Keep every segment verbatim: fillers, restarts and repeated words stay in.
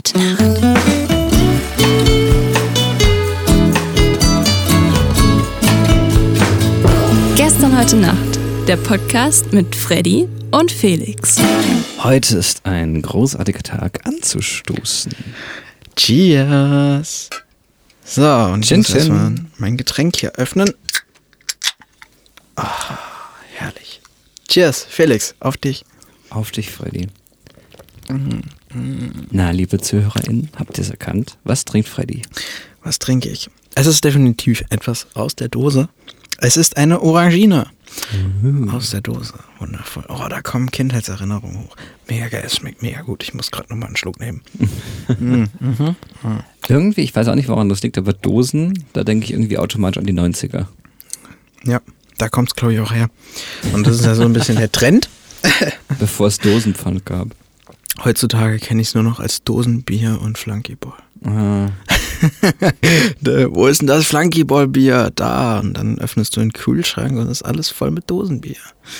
heute Nacht. Gestern heute Nacht, der Podcast mit Freddy und Felix. Heute ist ein großartiger Tag anzustoßen. Cheers! So, und ich Chin, muss chin. erstmal mein Getränk hier öffnen. Oh, herrlich. Cheers, Felix, auf dich. Auf dich, Freddy. Na, liebe ZuhörerInnen, habt ihr es erkannt? Was trinkt Freddy? Was trinke ich? Es ist definitiv etwas aus der Dose. Es ist eine Orangina. Mhm. Aus der Dose. Wundervoll. Oh, da kommen Kindheitserinnerungen hoch. Mega geil, es schmeckt mega gut. Ich muss gerade nochmal einen Schluck nehmen. mhm. Mhm. Irgendwie, ich weiß auch nicht, woran das liegt, aber Dosen, da denke ich irgendwie automatisch an die neunziger. Ja, da kommt es, glaube ich, auch her. Und das ist ja so ein bisschen der Trend. Bevor es Dosenpfand gab. Heutzutage kenne ich es nur noch als Dosenbier und Flunkyball. Ah. da, wo ist denn das Flunkyball-Bier? Da. Und dann öffnest du den Kühlschrank und ist alles voll mit Dosenbier.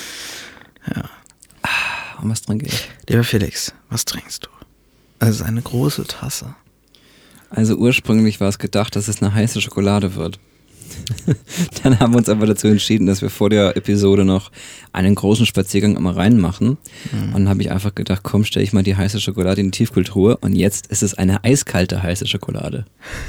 Ja. Ah, und was trinke ich? Lieber Felix, was trinkst du? Also eine große Tasse. Also ursprünglich war es gedacht, dass es eine heiße Schokolade wird. Dann haben wir uns aber dazu entschieden, dass wir vor der Episode noch einen großen Spaziergang am Rhein machen. Mhm. Und dann habe ich einfach gedacht, komm, stelle ich mal die heiße Schokolade in die Tiefkühltruhe. Und jetzt ist es eine eiskalte heiße Schokolade.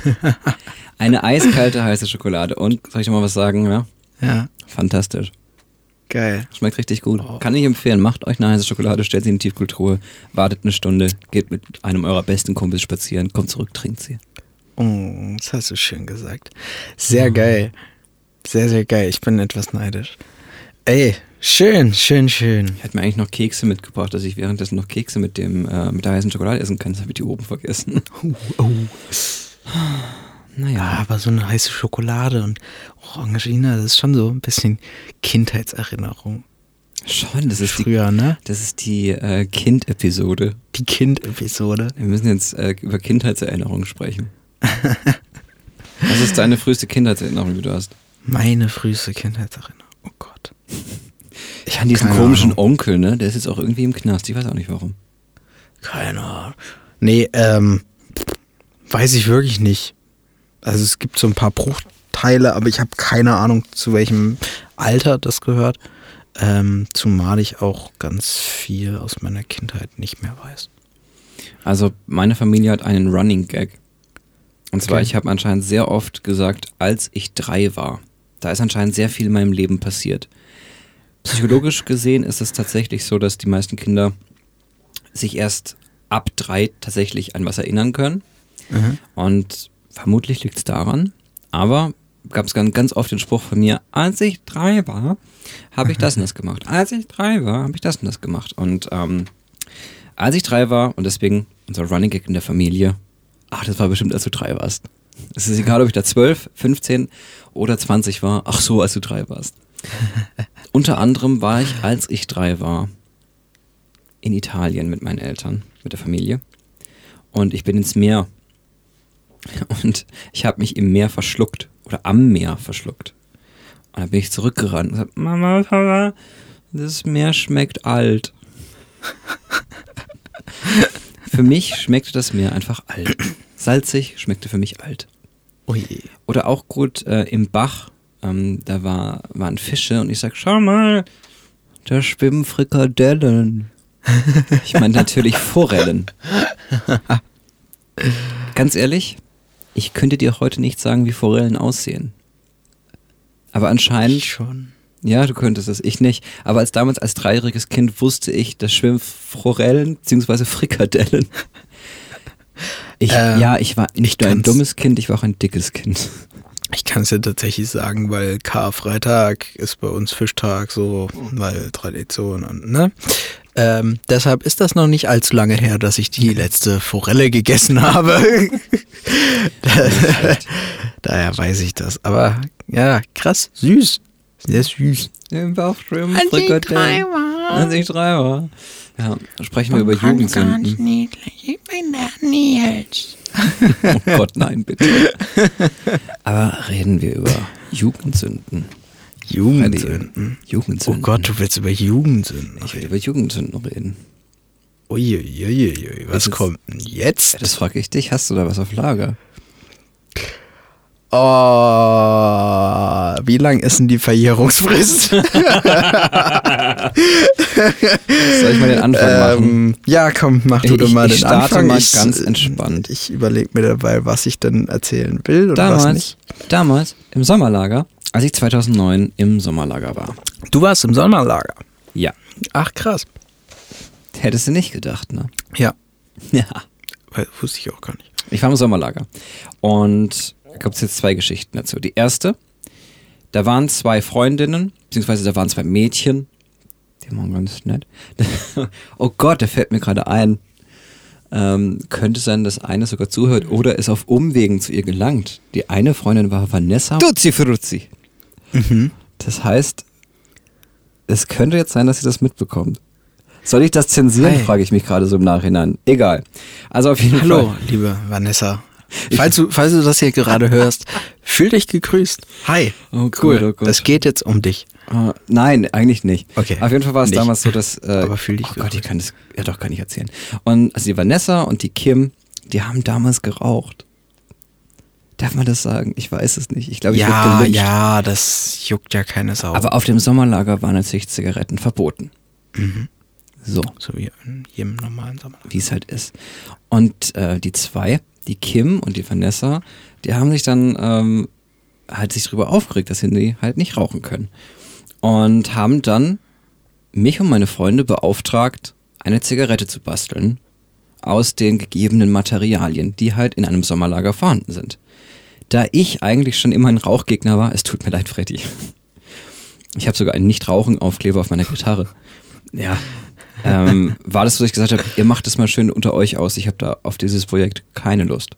Eine eiskalte heiße Schokolade. Und, soll ich dir mal was sagen? Ja. Ja. Fantastisch. Geil. Schmeckt richtig gut. Oh. Kann ich empfehlen. Macht euch eine heiße Schokolade, stellt sie in die Tiefkühltruhe, wartet eine Stunde, geht mit einem eurer besten Kumpels spazieren, kommt zurück, trinkt sie. Oh, das hast du schön gesagt. Sehr geil. Sehr, sehr geil. Ich bin etwas neidisch. Ey, schön, schön, schön. Ich hatte mir eigentlich noch Kekse mitgebracht, dass ich währenddessen noch Kekse mit dem äh, mit der heißen Schokolade essen kann. Das habe ich die oben vergessen. Oh, oh. Naja. Ja, aber so eine heiße Schokolade und Orangina, das ist schon so ein bisschen Kindheitserinnerung. Schon, das ist früher, die, ne? Das ist die äh, Kind-Episode. Die Kind-Episode. Wir müssen jetzt äh, über Kindheitserinnerungen sprechen. Was ist deine früheste Kindheitserinnerung, die du hast? Meine früheste Kindheitserinnerung. Oh Gott. Ich habe diesen komischen Ahnung. Onkel, ne? Der ist jetzt auch irgendwie im Knast. Ich weiß auch nicht warum. Keine Ahnung. Nee, ähm, weiß ich wirklich nicht. Also es gibt so ein paar Bruchteile, aber ich habe keine Ahnung, zu welchem Alter das gehört. Ähm, zumal ich auch ganz viel aus meiner Kindheit nicht mehr weiß. Also meine Familie hat einen Running Gag. Und zwar, Okay. ich habe anscheinend sehr oft gesagt, als ich drei war. Da ist anscheinend sehr viel in meinem Leben passiert. Psychologisch gesehen ist es tatsächlich so, dass die meisten Kinder sich erst ab drei tatsächlich an was erinnern können. Mhm. Und vermutlich liegt es daran. Aber gab es ganz, ganz oft den Spruch von mir, als ich drei war, habe ich das und das gemacht. Als ich drei war, habe ich das und das gemacht. Und ähm, als ich drei war, und deswegen unser Running Gag in der Familie, ach, das war bestimmt, als du drei warst. Es ist egal, ob ich da zwölf, fünfzehn oder zwanzig war. Ach so, als du drei warst. Unter anderem war ich, als ich drei war, in Italien mit meinen Eltern, mit der Familie. Und ich bin ins Meer. Und ich habe mich im Meer verschluckt. Oder am Meer verschluckt. Und dann bin ich zurückgerannt und gesagt, Mama, Papa, das Meer schmeckt alt. Für mich schmeckte das Meer einfach alt. Salzig schmeckte für mich alt. Ui. Oder auch gut äh, im Bach, ähm, da war, waren Fische und ich sag, schau mal, da schwimmen Frikadellen. Ich meine natürlich Forellen. Ganz ehrlich, ich könnte dir heute nicht sagen, wie Forellen aussehen. Aber anscheinend... Ich schon. Ja, du könntest es, ich nicht. Aber als damals als dreijähriges Kind wusste ich, das schwimmen Forellen bzw. Frikadellen. Ich, Ähm, ja, ich war nicht ich nur ein kann's- dummes Kind, ich war auch ein dickes Kind. Ich kann es ja tatsächlich sagen, weil Karfreitag ist bei uns Fischtag, so, weil Tradition und, ne? Ähm, deshalb ist das noch nicht allzu lange her, dass ich die letzte Forelle gegessen habe. Daher weiß ich das. Aber ja, krass, süß. Sehr süß. Im Bauch schwimmen Als ich Frikadellen. drei war. Als ich drei war. Ja, sprechen wir über Ganz Jugendsünden. niedlich. Ich bin der Nils. Oh Gott, nein, bitte. Aber reden wir über Jugendsünden. Jugendsünden. Jugendsünden. Oh Gott, du willst über Jugendsünden Ich will reden. über Jugendsünden reden. Uiuiuiui, was Das- kommt denn jetzt? Das frage ich dich, hast du da was auf Lager? Oh, wie lang ist denn die Verjährungsfrist? Soll ich mal den Anfang machen? ähm, ja, komm, mach du Ich- doch mal ich den starte Anfang. mal ich, ganz entspannt. Ich überlege mir dabei, was ich denn erzählen will und was Damals, nicht. damals im Sommerlager, als ich zweitausendneun im Sommerlager war. Du warst im Sommerlager. Ja. Ach, krass. Hättest du nicht gedacht, ne? Ja, Ja. weil, wusste ich auch gar nicht. Ich war im Sommerlager. Und da gibt es jetzt zwei Geschichten dazu. Die erste, da waren zwei Freundinnen, beziehungsweise da waren zwei Mädchen. Die waren ganz nett. Oh Gott, der fällt mir gerade ein. Ähm, könnte sein, dass eine sogar zuhört oder ist auf Umwegen zu ihr gelangt. Die eine Freundin war Vanessa Duzi Fruzzi. Mhm. Das heißt, es könnte jetzt sein, dass sie das mitbekommt. Soll ich das zensieren, Hi. frage ich mich gerade so im Nachhinein. Egal. Also auf jeden Hallo, Fall. liebe Vanessa. Falls du, falls du das hier gerade hörst, fühl dich gegrüßt. Hi. Oh Gott, oh Gott. Es geht jetzt um dich. Uh, nein, eigentlich nicht. Okay. Auf jeden Fall war es Nicht. damals so, dass... Äh, Aber fühl dich Oh Gott, gegrüßt. ich kann das... Ja doch, kann ich erzählen. Und also die Vanessa und die Kim, die haben damals geraucht. Darf man das sagen? Ich weiß es nicht. Ich glaube, ich Ja, wurde gelyncht. ja, das juckt ja keine Sau. Aber auf dem Sommerlager waren natürlich Zigaretten verboten. Mhm. So, So wie in jedem normalen Sommer. wie es halt ist. Und äh, die zwei, die Kim und die Vanessa, die haben sich dann ähm, halt sich darüber aufgeregt, dass sie halt nicht rauchen können. Und haben dann mich und meine Freunde beauftragt, eine Zigarette zu basteln aus den gegebenen Materialien, die halt in einem Sommerlager vorhanden sind. Da ich eigentlich schon immer ein Rauchgegner war, es tut mir leid, Freddy. Ich habe sogar einen Nicht-Rauchen-Aufkleber auf meiner Gitarre. Ja, ähm, war das, was ich gesagt habe, ihr macht es mal schön unter euch aus, ich habe da auf dieses Projekt keine Lust.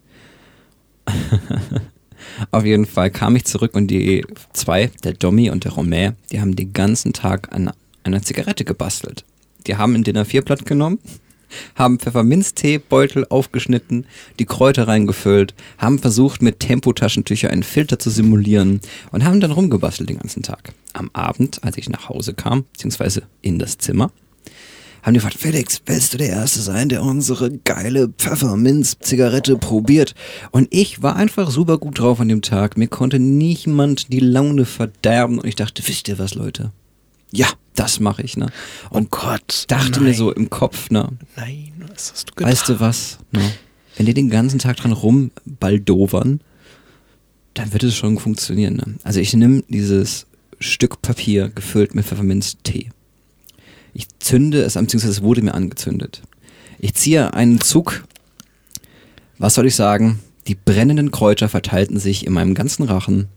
Auf jeden Fall kam ich zurück und die zwei, der Domi und der Romain, die haben den ganzen Tag an einer Zigarette gebastelt. Die haben ein D I N A vier Blatt genommen, haben Pfefferminzteebeutel aufgeschnitten, die Kräuter reingefüllt, haben versucht mit Tempotaschentücher einen Filter zu simulieren und haben dann rumgebastelt den ganzen Tag. Am Abend, als ich nach Hause kam, beziehungsweise in das Zimmer, haben die gefragt, Felix, willst du der Erste sein, der unsere geile Pfefferminz-Zigarette probiert? Und ich war einfach super gut drauf an dem Tag. Mir konnte niemand die Laune verderben. Und ich dachte, wisst ihr was, Leute? Ja, das mache ich, ne? Und Oh Gott. dachte nein. mir so im Kopf, ne? Nein, was hast du getan? Weißt du was? Ne? Wenn die den ganzen Tag dran rumbaldovern, dann wird es schon funktionieren, ne? Also ich nehme dieses Stück Papier gefüllt mit Pfefferminztee. Ich zünde es, beziehungsweise es wurde mir angezündet. Ich ziehe einen Zug. Was soll ich sagen? Die brennenden Kräuter verteilten sich in meinem ganzen Rachen.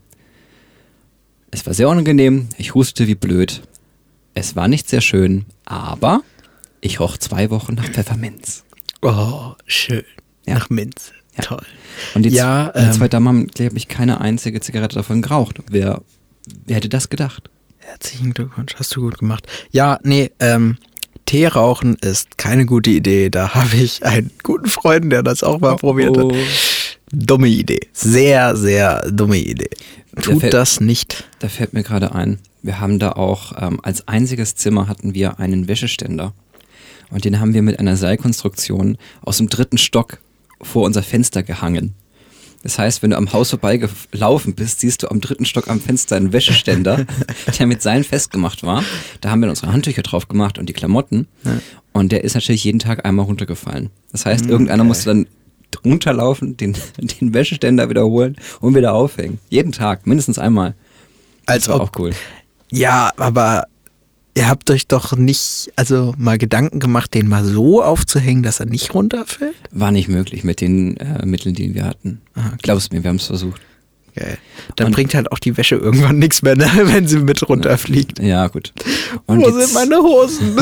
Es war sehr unangenehm. Ich hustete wie blöd. Es war nicht sehr schön, aber ich roch zwei Wochen nach Pfefferminz. Oh, schön. Ja. Nach Minze. Ja. Toll. Und die, Ja, z- die ähm, zwei Damen haben, glaube ich, keine einzige Zigarette davon geraucht. Wer, wer hätte das gedacht? Herzlichen Glückwunsch, hast du gut gemacht. Ja, nee, ähm, Tee rauchen ist keine gute Idee. Da habe ich einen guten Freund, der das auch mal probiert oh. hat. Dumme Idee. Sehr, sehr dumme Idee. Der Tut fällt- das nicht. Da fällt mir gerade ein, wir haben da auch, ähm, als einziges Zimmer hatten wir einen Wäscheständer. Und den haben wir mit einer Seilkonstruktion aus dem dritten Stock vor unser Fenster gehangen. Das heißt, wenn du am Haus vorbeigelaufen bist, siehst du am dritten Stock am Fenster einen Wäscheständer, der mit Seilen festgemacht war. Da haben wir unsere Handtücher drauf gemacht und die Klamotten. Ja. Und der ist natürlich jeden Tag einmal runtergefallen. Das heißt, Mhm, irgendeiner geil. musste dann runterlaufen, den, den Wäscheständer wiederholen und wieder aufhängen. Jeden Tag, mindestens einmal. Als Das war ob, auch cool. ja, aber ihr habt euch doch nicht, also mal Gedanken gemacht, den mal so aufzuhängen, dass er nicht runterfällt? War nicht möglich mit den äh, Mitteln, die wir hatten. Ah, okay. Glaubst mir, wir haben es versucht. Geil. Dann Und- bringt halt auch die Wäsche irgendwann nichts mehr, ne, wenn sie mit runterfliegt. Ja, gut. Und Wo die sind z- meine Hosen?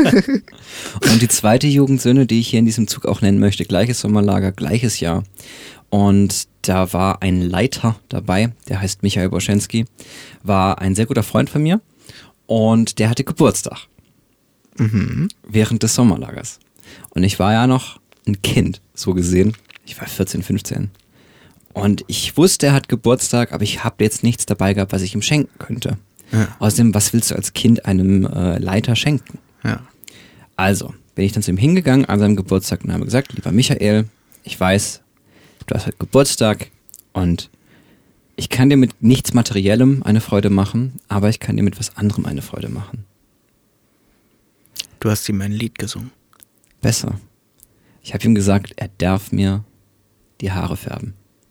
Und die zweite Jugendsünde, die ich hier in diesem Zug auch nennen möchte, gleiches Sommerlager, gleiches Jahr. Und da war ein Leiter dabei, der heißt Michael Boschenski, war ein sehr guter Freund von mir und der hatte Geburtstag Mhm. während des Sommerlagers. Und ich war ja noch ein Kind, so gesehen. Ich war vierzehn, fünfzehn. Und ich wusste, er hat Geburtstag, aber ich habe jetzt nichts dabei gehabt, was ich ihm schenken könnte. Ja. Außerdem, was willst du als Kind einem äh, Leiter schenken? Ja. Also, bin ich dann zu ihm hingegangen an seinem Geburtstag und habe gesagt, lieber Michael, ich weiß, du hast heute Geburtstag und ich kann dir mit nichts Materiellem eine Freude machen, aber ich kann dir mit was anderem eine Freude machen. Du hast ihm ein Lied gesungen. Besser. Ich habe ihm gesagt, er darf mir die Haare färben.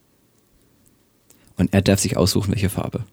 Und er darf sich aussuchen, welche Farbe.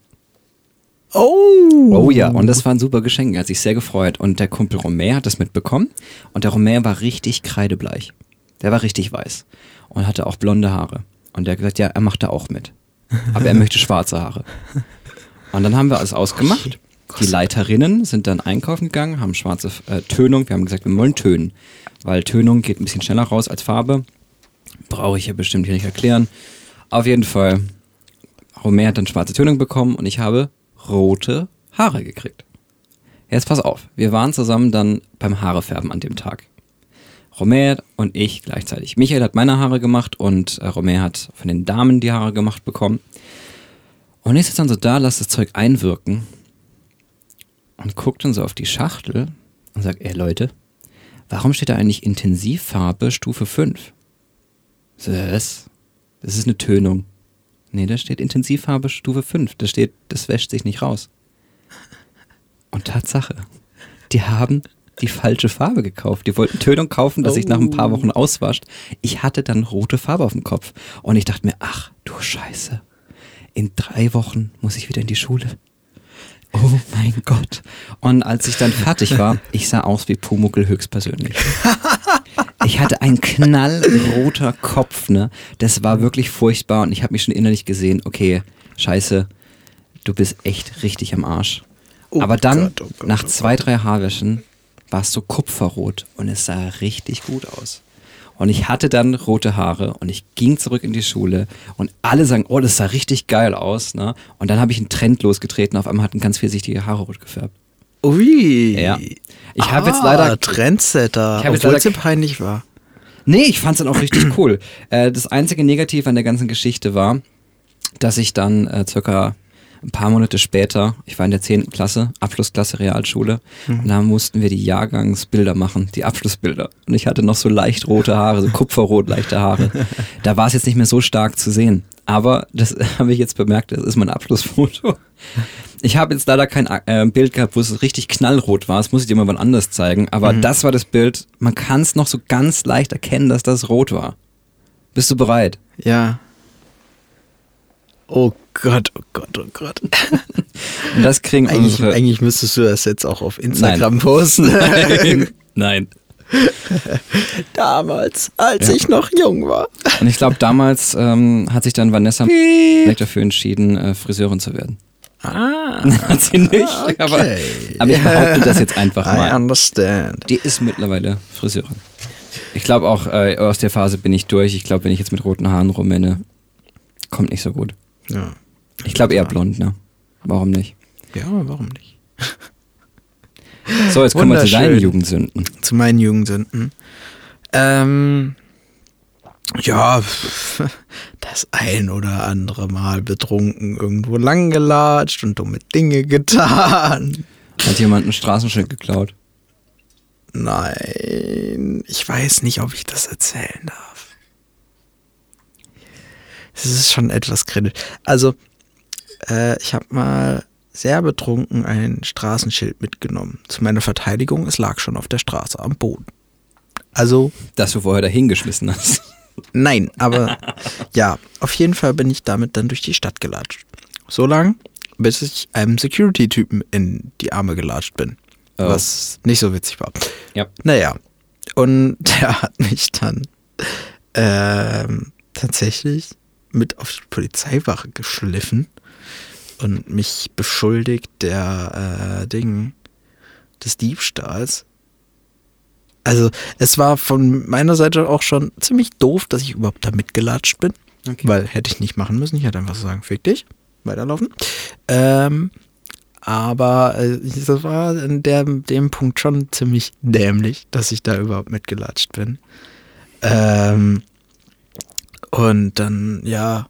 Oh! Oh ja, und das war ein super Geschenk. Er hat sich sehr gefreut. Und der Kumpel Romain hat das mitbekommen. Und der Romain war richtig kreidebleich. Der war richtig weiß. Und hatte auch blonde Haare. Und der hat gesagt, ja, er macht da auch mit. Aber er möchte schwarze Haare. Und dann haben wir alles ausgemacht. Die Leiterinnen sind dann einkaufen gegangen, haben schwarze äh, Tönung. Wir haben gesagt, wir wollen tönen. Weil Tönung geht ein bisschen schneller raus als Farbe. Brauche ich ja bestimmt hier nicht erklären. Auf jeden Fall, Romain hat dann schwarze Tönung bekommen und ich habe rote Haare gekriegt. Jetzt pass auf, wir waren zusammen dann beim Haarefärben an dem Tag. Romain und ich gleichzeitig. Michael hat meine Haare gemacht und äh, Romain hat von den Damen die Haare gemacht bekommen. Und ich sitze dann so da, lass das Zeug einwirken und guck dann so auf die Schachtel und sag, ey Leute, warum steht da eigentlich Intensivfarbe Stufe fünf? So, das, das ist eine Tönung. Nee, da steht Intensivfarbe Stufe fünf. Da steht, das wäscht sich nicht raus. Und Tatsache, die haben die falsche Farbe gekauft. Die wollten Tönung kaufen, dass sich nach ein paar Wochen auswascht. Ich hatte dann rote Farbe auf dem Kopf. Und ich dachte mir, ach du Scheiße, in drei Wochen muss ich wieder in die Schule. Oh mein Gott. Und als ich dann fertig war, ich sah aus wie Pumuckl höchstpersönlich. Ich hatte einen knallroter Kopf, ne? Das war wirklich furchtbar und ich habe mich schon innerlich gesehen, okay, scheiße, du bist echt richtig am Arsch. Oh Aber dann, Gott, oh Gott, nach zwei, drei Haarwäschen, war es so kupferrot und es sah richtig gut aus. Und ich hatte dann rote Haare und ich ging zurück in die Schule und alle sagen, oh, das sah richtig geil aus, ne? Und dann habe ich einen Trend losgetreten, auf einmal hatten ganz vielsichtige Haare rot gefärbt. Ui. Ja. Ich ah, habe jetzt leider... Trendsetter, obwohl es peinlich war. Nee, ich fand es dann auch richtig cool. Äh, das einzige Negativ an der ganzen Geschichte war, dass ich dann äh, circa ein paar Monate später, ich war in der zehnten Klasse, Abschlussklasse Realschule, mhm. und da mussten wir die Jahrgangsbilder machen, die Abschlussbilder. Und ich hatte noch so leicht rote Haare, so kupferrot leichte Haare. Da war es jetzt nicht mehr so stark zu sehen. Aber das habe ich jetzt bemerkt, das ist mein Abschlussfoto. Ich habe jetzt leider kein äh, Bild gehabt, wo es richtig knallrot war. Das muss ich dir mal wann anders zeigen. Aber mhm. das war das Bild. Man kann es noch so ganz leicht erkennen, dass das rot war. Bist du bereit? Ja. Oh Gott, oh Gott, oh Gott. Und das kriegen eigentlich, unsere... Eigentlich müsstest du das jetzt auch auf Instagram Nein. posten. Nein. Nein. Damals, als ja. ich noch jung war. Und ich glaube, damals ähm, hat sich dann Vanessa dafür entschieden, äh, Friseurin zu werden. Ah. Hat sie nicht, okay. aber, aber ich behaupte das jetzt einfach mal. I understand. Die ist mittlerweile Friseurin. Ich glaube auch, äh, aus der Phase bin ich durch. Ich glaube, wenn ich jetzt mit roten Haaren rumrenne, kommt nicht so gut. Ja. Ich glaube eher blond, ne? Warum nicht? Ja, warum nicht? So, jetzt kommen wir zu deinen Jugendsünden. Zu meinen Jugendsünden. Ähm, ja, das ein oder andere Mal betrunken irgendwo langgelatscht und dumme Dinge getan. Hat jemand ein Straßenschild geklaut? Nein, ich weiß nicht, ob ich das erzählen darf. Es ist schon etwas kritisch. Also, äh, ich habe mal sehr betrunken ein Straßenschild mitgenommen. Zu meiner Verteidigung, es lag schon auf der Straße am Boden. Also... Dass du vorher dahin geschmissen hast. Nein, aber ja, auf jeden Fall bin ich damit dann durch die Stadt gelatscht. So lang, bis ich einem Security-Typen in die Arme gelatscht bin. Oh. Was nicht so witzig war. Ja. Naja, und der hat mich dann ähm, tatsächlich mit auf die Polizeiwache geschliffen und mich beschuldigt der äh, Ding des Diebstahls. Also es war von meiner Seite auch schon ziemlich doof, dass ich überhaupt da mitgelatscht bin. Okay. Weil hätte ich nicht machen müssen. Ich hätte einfach so sagen, fick dich, weiterlaufen. Ähm, aber äh, das war in der, dem Punkt schon ziemlich dämlich, dass ich da überhaupt mitgelatscht bin. Ähm, und dann, ja,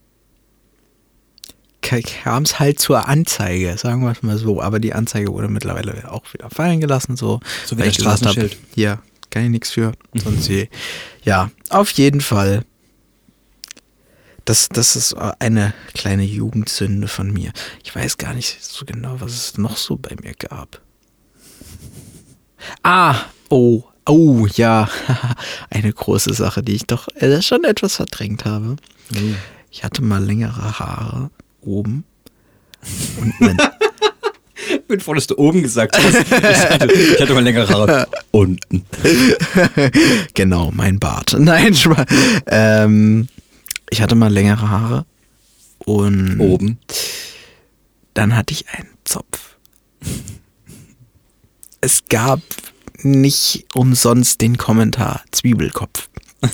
kam es halt zur Anzeige, sagen wir es mal so. Aber die Anzeige wurde mittlerweile auch wieder fallen gelassen. So, so wie das Straßenschild. Hier, kann ich nichts für. Sonst je. Ja, auf jeden Fall. Das, das ist eine kleine Jugendsünde von mir. Ich weiß gar nicht so genau, was es noch so bei mir gab. Ah, oh, oh, ja. Eine große Sache, die ich doch äh, schon etwas verdrängt habe. Mhm. Ich hatte mal längere Haare oben. Und mein Ich bin froh, dass du oben gesagt hast. Ich hatte, ich hatte mal längere Haare unten. Genau, mein Bart. Nein, Spaß. Ähm, ich hatte mal längere Haare und Oben. dann hatte ich einen Zopf. Es gab nicht umsonst den Kommentar Zwiebelkopf.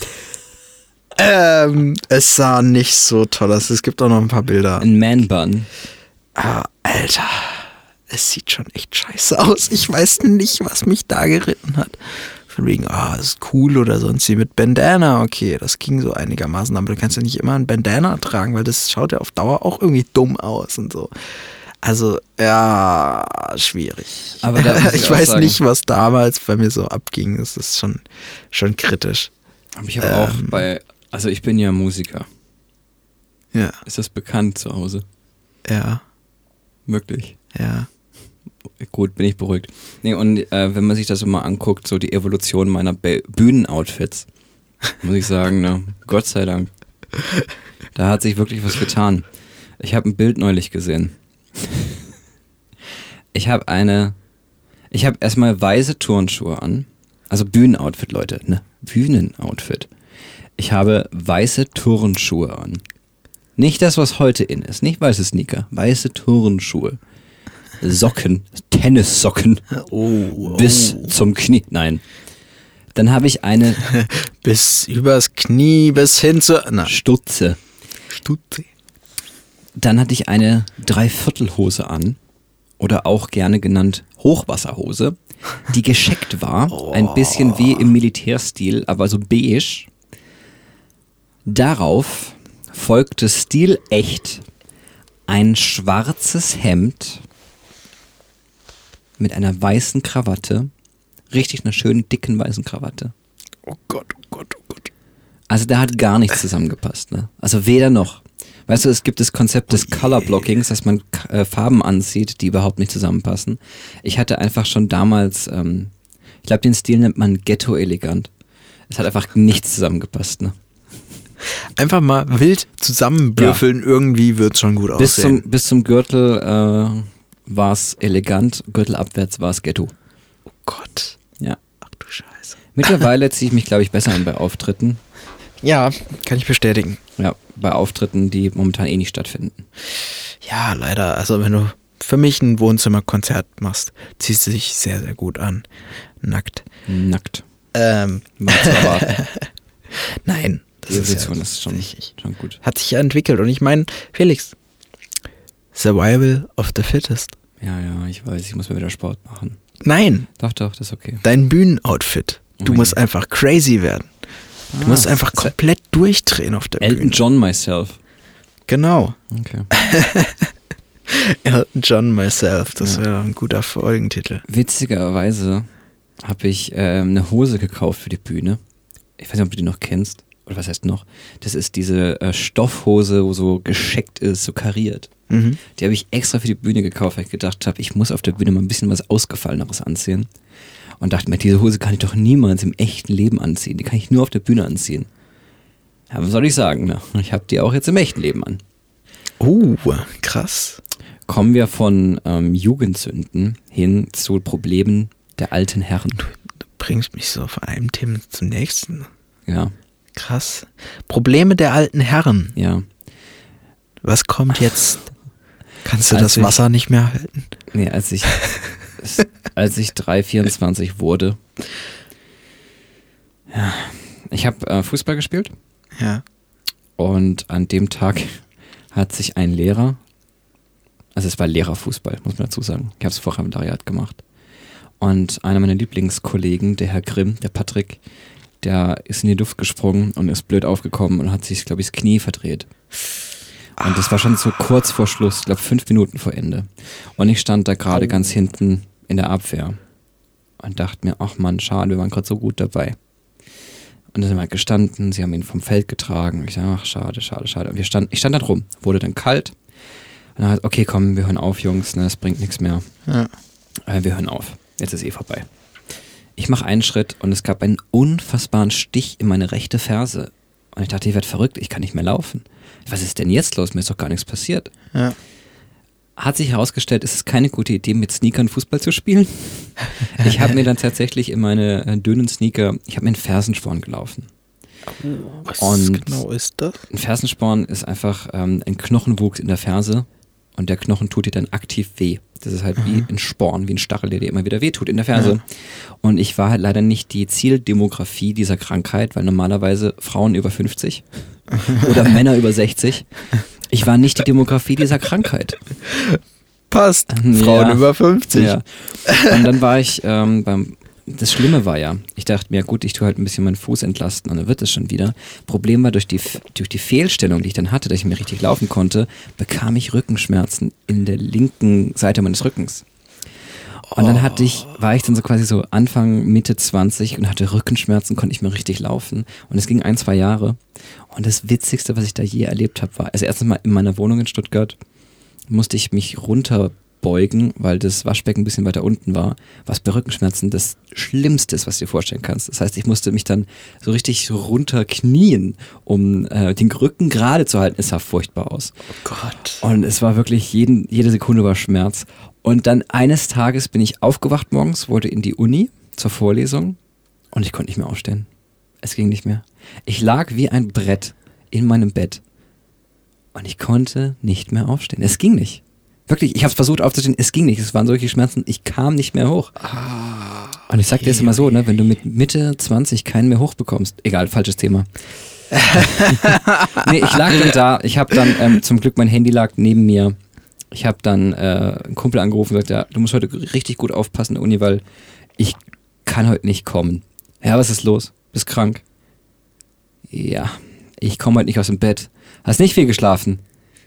ähm, es sah nicht so toll aus. Es gibt auch noch ein paar Bilder. Ein Man-Bun. Ah, Alter, es sieht schon echt scheiße aus. Ich weiß nicht, was mich da geritten hat. Von wegen, ah, ist cool oder sonst wie mit Bandana. Okay, das ging so einigermaßen, aber du kannst ja nicht immer ein Bandana tragen, weil das schaut ja auf Dauer auch irgendwie dumm aus und so. Also, ja, schwierig. Aber da muss ich ich auch weiß sagen- nicht, was damals bei mir so abging. Es ist schon, schon kritisch. Aber ich habe auch Ähm. bei, also ich bin ja Musiker. Ja, Ist das bekannt zu Hause? ja, Wirklich? ja. Gut, bin ich beruhigt. Nee, und äh, wenn man sich das so mal anguckt, so die Evolution meiner Be- Bühnenoutfits, muss ich sagen, ne, Gott sei Dank. Da hat sich wirklich was getan. Ich habe ein Bild neulich gesehen. Ich habe eine, ich habe erstmal weiße Turnschuhe an. Also Bühnenoutfit, Leute, ne? Bühnenoutfit. Ich habe weiße Turnschuhe an. Nicht das, was heute in ist, nicht weiße Sneaker, weiße Turnschuhe. Socken, Tennissocken Oh, bis zum Knie. Nein. Dann habe ich eine bis übers Knie, bis hin zur na, Stutze. Stutze. Dann hatte ich eine Dreiviertelhose an oder auch gerne genannt Hochwasserhose, die gescheckt war, ein bisschen wie im Militärstil, aber so beige. Darauf folgte stilecht ein schwarzes Hemd mit einer weißen Krawatte, richtig einer schönen dicken weißen Krawatte. Oh Gott, oh Gott, oh Gott. Also da hat gar nichts zusammengepasst, ne? Also weder noch. Weißt du, es gibt das Konzept des Color Blockings, dass man äh, Farben anzieht, die überhaupt nicht zusammenpassen. Ich hatte einfach schon damals, ähm, ich glaube, den Stil nennt man Ghetto elegant. Es hat einfach nichts zusammengepasst, ne? Einfach mal wild zusammenbürfeln, irgendwie wird's schon gut Bis aussehen. zum, bis zum Gürtel äh, war es elegant, Gürtel abwärts war es Ghetto. Oh Gott. Ja. Ach du Scheiße. Mittlerweile ziehe ich mich, glaube ich, besser an bei Auftritten. Ja, kann ich bestätigen. Ja, bei Auftritten, die momentan eh nicht stattfinden. Ja, leider. Also wenn du für mich ein Wohnzimmerkonzert machst, ziehst du dich sehr, sehr gut an. Nackt. Nackt. Ähm, War zu erwarten. nein. Die Das ist, Evolution ja ist schon, richtig. schon gut. Hat sich ja entwickelt. Und ich meine, Felix, Survival of the Fittest. Ja, ja, ich weiß, ich muss mal wieder Sport machen. Nein, Doch, doch, das ist okay. dein Bühnenoutfit. Du Oh musst je. einfach crazy werden. Du Ah, musst einfach das ist komplett durchdrehen auf der Elton Bühne. John myself. Genau. Okay. Elton John Myself. Das Ja. wäre ein guter Folgentitel. Witzigerweise habe ich ähm, eine Hose gekauft für die Bühne. Ich weiß nicht, ob du die noch kennst. Oder was heißt noch? Das ist diese äh, Stoffhose, wo so gescheckt ist, so kariert. Mhm. Die habe ich extra für die Bühne gekauft, weil ich gedacht habe, ich muss auf der Bühne mal ein bisschen was Ausgefalleneres anziehen. Und dachte mir, diese Hose kann ich doch niemals im echten Leben anziehen. Die kann ich nur auf der Bühne anziehen. Ja, was soll ich sagen? Ne? Ich habe die auch jetzt im echten Leben an. Oh, krass. Kommen wir von ähm, Jugendsünden hin zu Problemen der alten Herren. Du bringst mich so von einem Thema zum nächsten. Ja, Krass. Probleme der alten Herren. ja. Was kommt jetzt? Kannst du Als das ich- Wasser nicht mehr halten? Nee, als ich, es, als ich drei vierundzwanzig wurde, ja, ich habe äh, Fußball gespielt Ja. und an dem Tag hat sich ein Lehrer, also es war Lehrerfußball, muss man dazu sagen, ich habe es vorher im Referendariat gemacht, und einer meiner Lieblingskollegen, der Herr Grimm, der Patrick, der ist in die Luft gesprungen und ist blöd aufgekommen und hat sich, glaube ich, das Knie verdreht. Und das war schon so kurz vor Schluss, ich glaube fünf Minuten vor Ende. Und ich stand da gerade ganz hinten in der Abwehr. und dachte mir, ach Mann, schade, wir waren gerade so gut dabei. Und dann sind wir halt gestanden, sie haben ihn vom Feld getragen. Ich sage, ach, schade, schade, schade. Und wir stand, ich stand da drum, wurde dann kalt. Und dann halt, okay, komm, wir hören auf, Jungs, ne, das bringt nichts mehr. Ja. Äh, wir hören auf. Jetzt ist eh vorbei. Ich mache einen Schritt und es gab einen unfassbaren Stich in meine rechte Ferse. Und ich dachte, ich werde verrückt, ich kann nicht mehr laufen. Was ist denn jetzt los? Mir ist doch gar nichts passiert. Ja. Hat sich herausgestellt, es ist keine gute Idee, mit Sneakern Fußball zu spielen. Ich habe mir dann tatsächlich in meine äh, dünnen Sneaker, ich habe mir einen Fersensporn gelaufen. Was Und genau ist das? Ein Fersensporn ist einfach ähm, ein Knochenwuchs in der Ferse und der Knochen tut dir dann aktiv weh. Das ist halt wie ein Sporn, wie ein Stachel, der dir immer wieder wehtut in der Ferse. Ja. Und ich war halt leider nicht die Zieldemografie dieser Krankheit, weil normalerweise Frauen über fünfzig oder Männer über sechzig. Ich war nicht die Demografie dieser Krankheit. Passt. Ja. Frauen über fünfzig. Ja. Und dann war ich ähm, beim Das Schlimme war ja, ich dachte mir, gut, ich tue halt ein bisschen meinen Fuß entlasten und dann wird es schon wieder. Problem war, durch die, durch die Fehlstellung, die ich dann hatte, dass ich mir richtig laufen konnte, bekam ich Rückenschmerzen in der linken Seite meines Rückens. Und dann hatte ich, war ich dann so quasi so Anfang, Mitte zwanzig und hatte Rückenschmerzen, konnte ich mir richtig laufen. Und es ging ein, zwei Jahre. Und das Witzigste, was ich da je erlebt habe, war, also erstens mal in meiner Wohnung in Stuttgart musste ich mich runterbeugen, weil das Waschbecken ein bisschen weiter unten war, was bei Rückenschmerzen das Schlimmste ist, was du dir vorstellen kannst. Das heißt, ich musste mich dann so richtig runterknien, um äh, den Rücken gerade zu halten. Es sah furchtbar aus. Oh Gott. Und es war wirklich, jeden, jede Sekunde war Schmerz. Und dann eines Tages bin ich aufgewacht morgens, wollte in die Uni zur Vorlesung und ich konnte nicht mehr aufstehen. Es ging nicht mehr. Ich lag wie ein Brett in meinem Bett und ich konnte nicht mehr aufstehen. Es ging nicht. Wirklich, ich habe es versucht aufzustehen, es ging nicht. Es waren solche Schmerzen, ich kam nicht mehr hoch. Ah, und ich sag dir jetzt immer so, ne, wenn du mit Mitte zwanzig keinen mehr hochbekommst, egal, falsches Thema. Nee, ich lag dann da, ich habe dann, ähm, zum Glück mein Handy lag neben mir. Ich habe dann äh, einen Kumpel angerufen und gesagt, ja, du musst heute richtig gut aufpassen in der Uni, weil ich kann heute nicht kommen. Ja, was ist los? Bist krank? Ja, ich komme heute nicht aus dem Bett. Hast nicht viel geschlafen?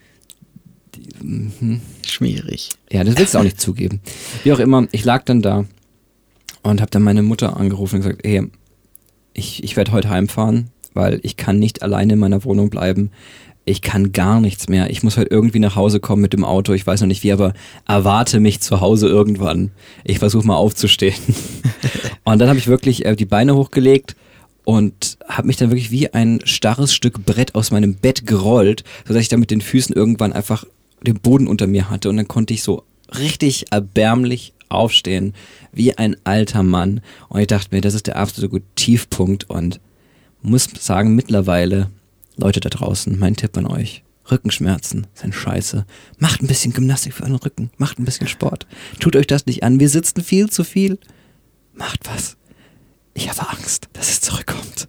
Mhm. Schwierig. Ja, das willst du auch nicht zugeben. Wie auch immer, ich lag dann da und habe dann meine Mutter angerufen und gesagt, ey, ich, ich werde heute heimfahren, weil ich kann nicht alleine in meiner Wohnung bleiben. Ich kann gar nichts mehr. Ich muss halt irgendwie nach Hause kommen mit dem Auto. Ich weiß noch nicht wie, aber erwarte mich zu Hause irgendwann. Ich versuche mal aufzustehen. Und dann habe ich wirklich äh, die Beine hochgelegt und habe mich dann wirklich wie ein starres Stück Brett aus meinem Bett gerollt, sodass ich dann mit den Füßen irgendwann einfach den Boden unter mir hatte. Und dann konnte ich so richtig erbärmlich aufstehen, wie ein alter Mann. Und ich dachte mir, das ist der absolute Tiefpunkt. Und muss sagen, mittlerweile... Leute da draußen, mein Tipp an euch. Rückenschmerzen sind scheiße. Macht ein bisschen Gymnastik für euren Rücken. Macht ein bisschen Sport. Tut euch das nicht an. Wir sitzen viel zu viel. Macht was. Ich habe Angst, dass es zurückkommt.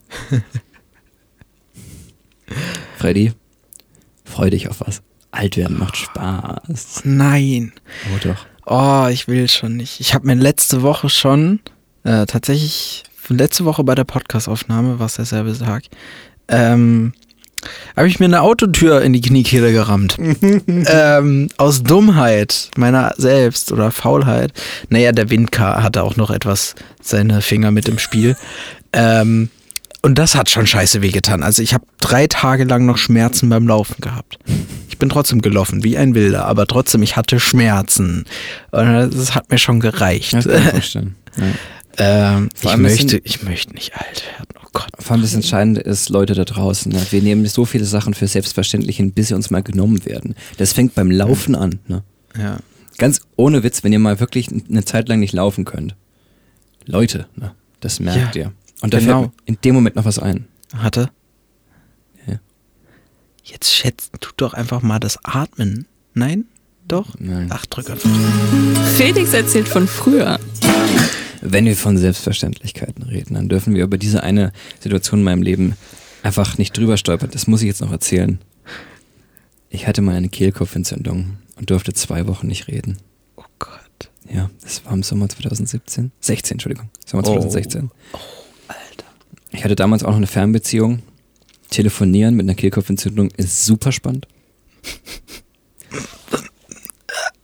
Freddy, freu dich auf was. Alt werden macht Spaß. Nein. Oh doch. Oh, ich will schon nicht. Ich habe mir letzte Woche schon, äh, tatsächlich, letzte Woche bei der Podcast-Aufnahme, war es derselbe Tag, ähm, habe ich mir eine Autotür in die Kniekehle gerammt. ähm, aus Dummheit meiner selbst oder Faulheit. Naja, der Windkar hatte auch noch etwas seine Finger mit im Spiel. Ähm, und das hat schon scheiße wehgetan. Also ich habe drei Tage lang noch Schmerzen beim Laufen gehabt. Ich bin trotzdem gelaufen, wie ein Wilder, aber trotzdem, ich hatte Schmerzen. Und das hat mir schon gereicht. Das kann ich vorstellen. Ja. Ähm, ich, allem möchte, sind- ich möchte nicht alt werden. Oh Gott. Vor allem das Entscheidende ist, Leute da draußen, ne? Wir nehmen so viele Sachen für selbstverständlich hin, bis sie uns mal genommen werden. Das fängt beim Laufen an. Ne? Ja. Ganz ohne Witz, wenn ihr mal wirklich eine Zeit lang nicht laufen könnt. Leute, ne? Das merkt Ja, ihr. Und da genau. fällt mir in dem Moment noch was ein. Hatte? Ja. Jetzt schätzt, tut doch einfach mal das Atmen. Nein? Doch? Nein. Ach, drück einfach. Felix erzählt von früher. Wenn wir von Selbstverständlichkeiten reden, dann dürfen wir über diese eine Situation in meinem Leben einfach nicht drüber stolpern. Das muss ich jetzt noch erzählen. Ich hatte mal eine Kehlkopfentzündung und durfte zwei Wochen nicht reden. Oh Gott. Ja, das war im Sommer zwanzig siebzehn. sechzehn, Entschuldigung. Sommer Oh. zwanzig sechzehn. Alter. Ich hatte damals auch noch eine Fernbeziehung. Telefonieren mit einer Kehlkopfentzündung ist super spannend.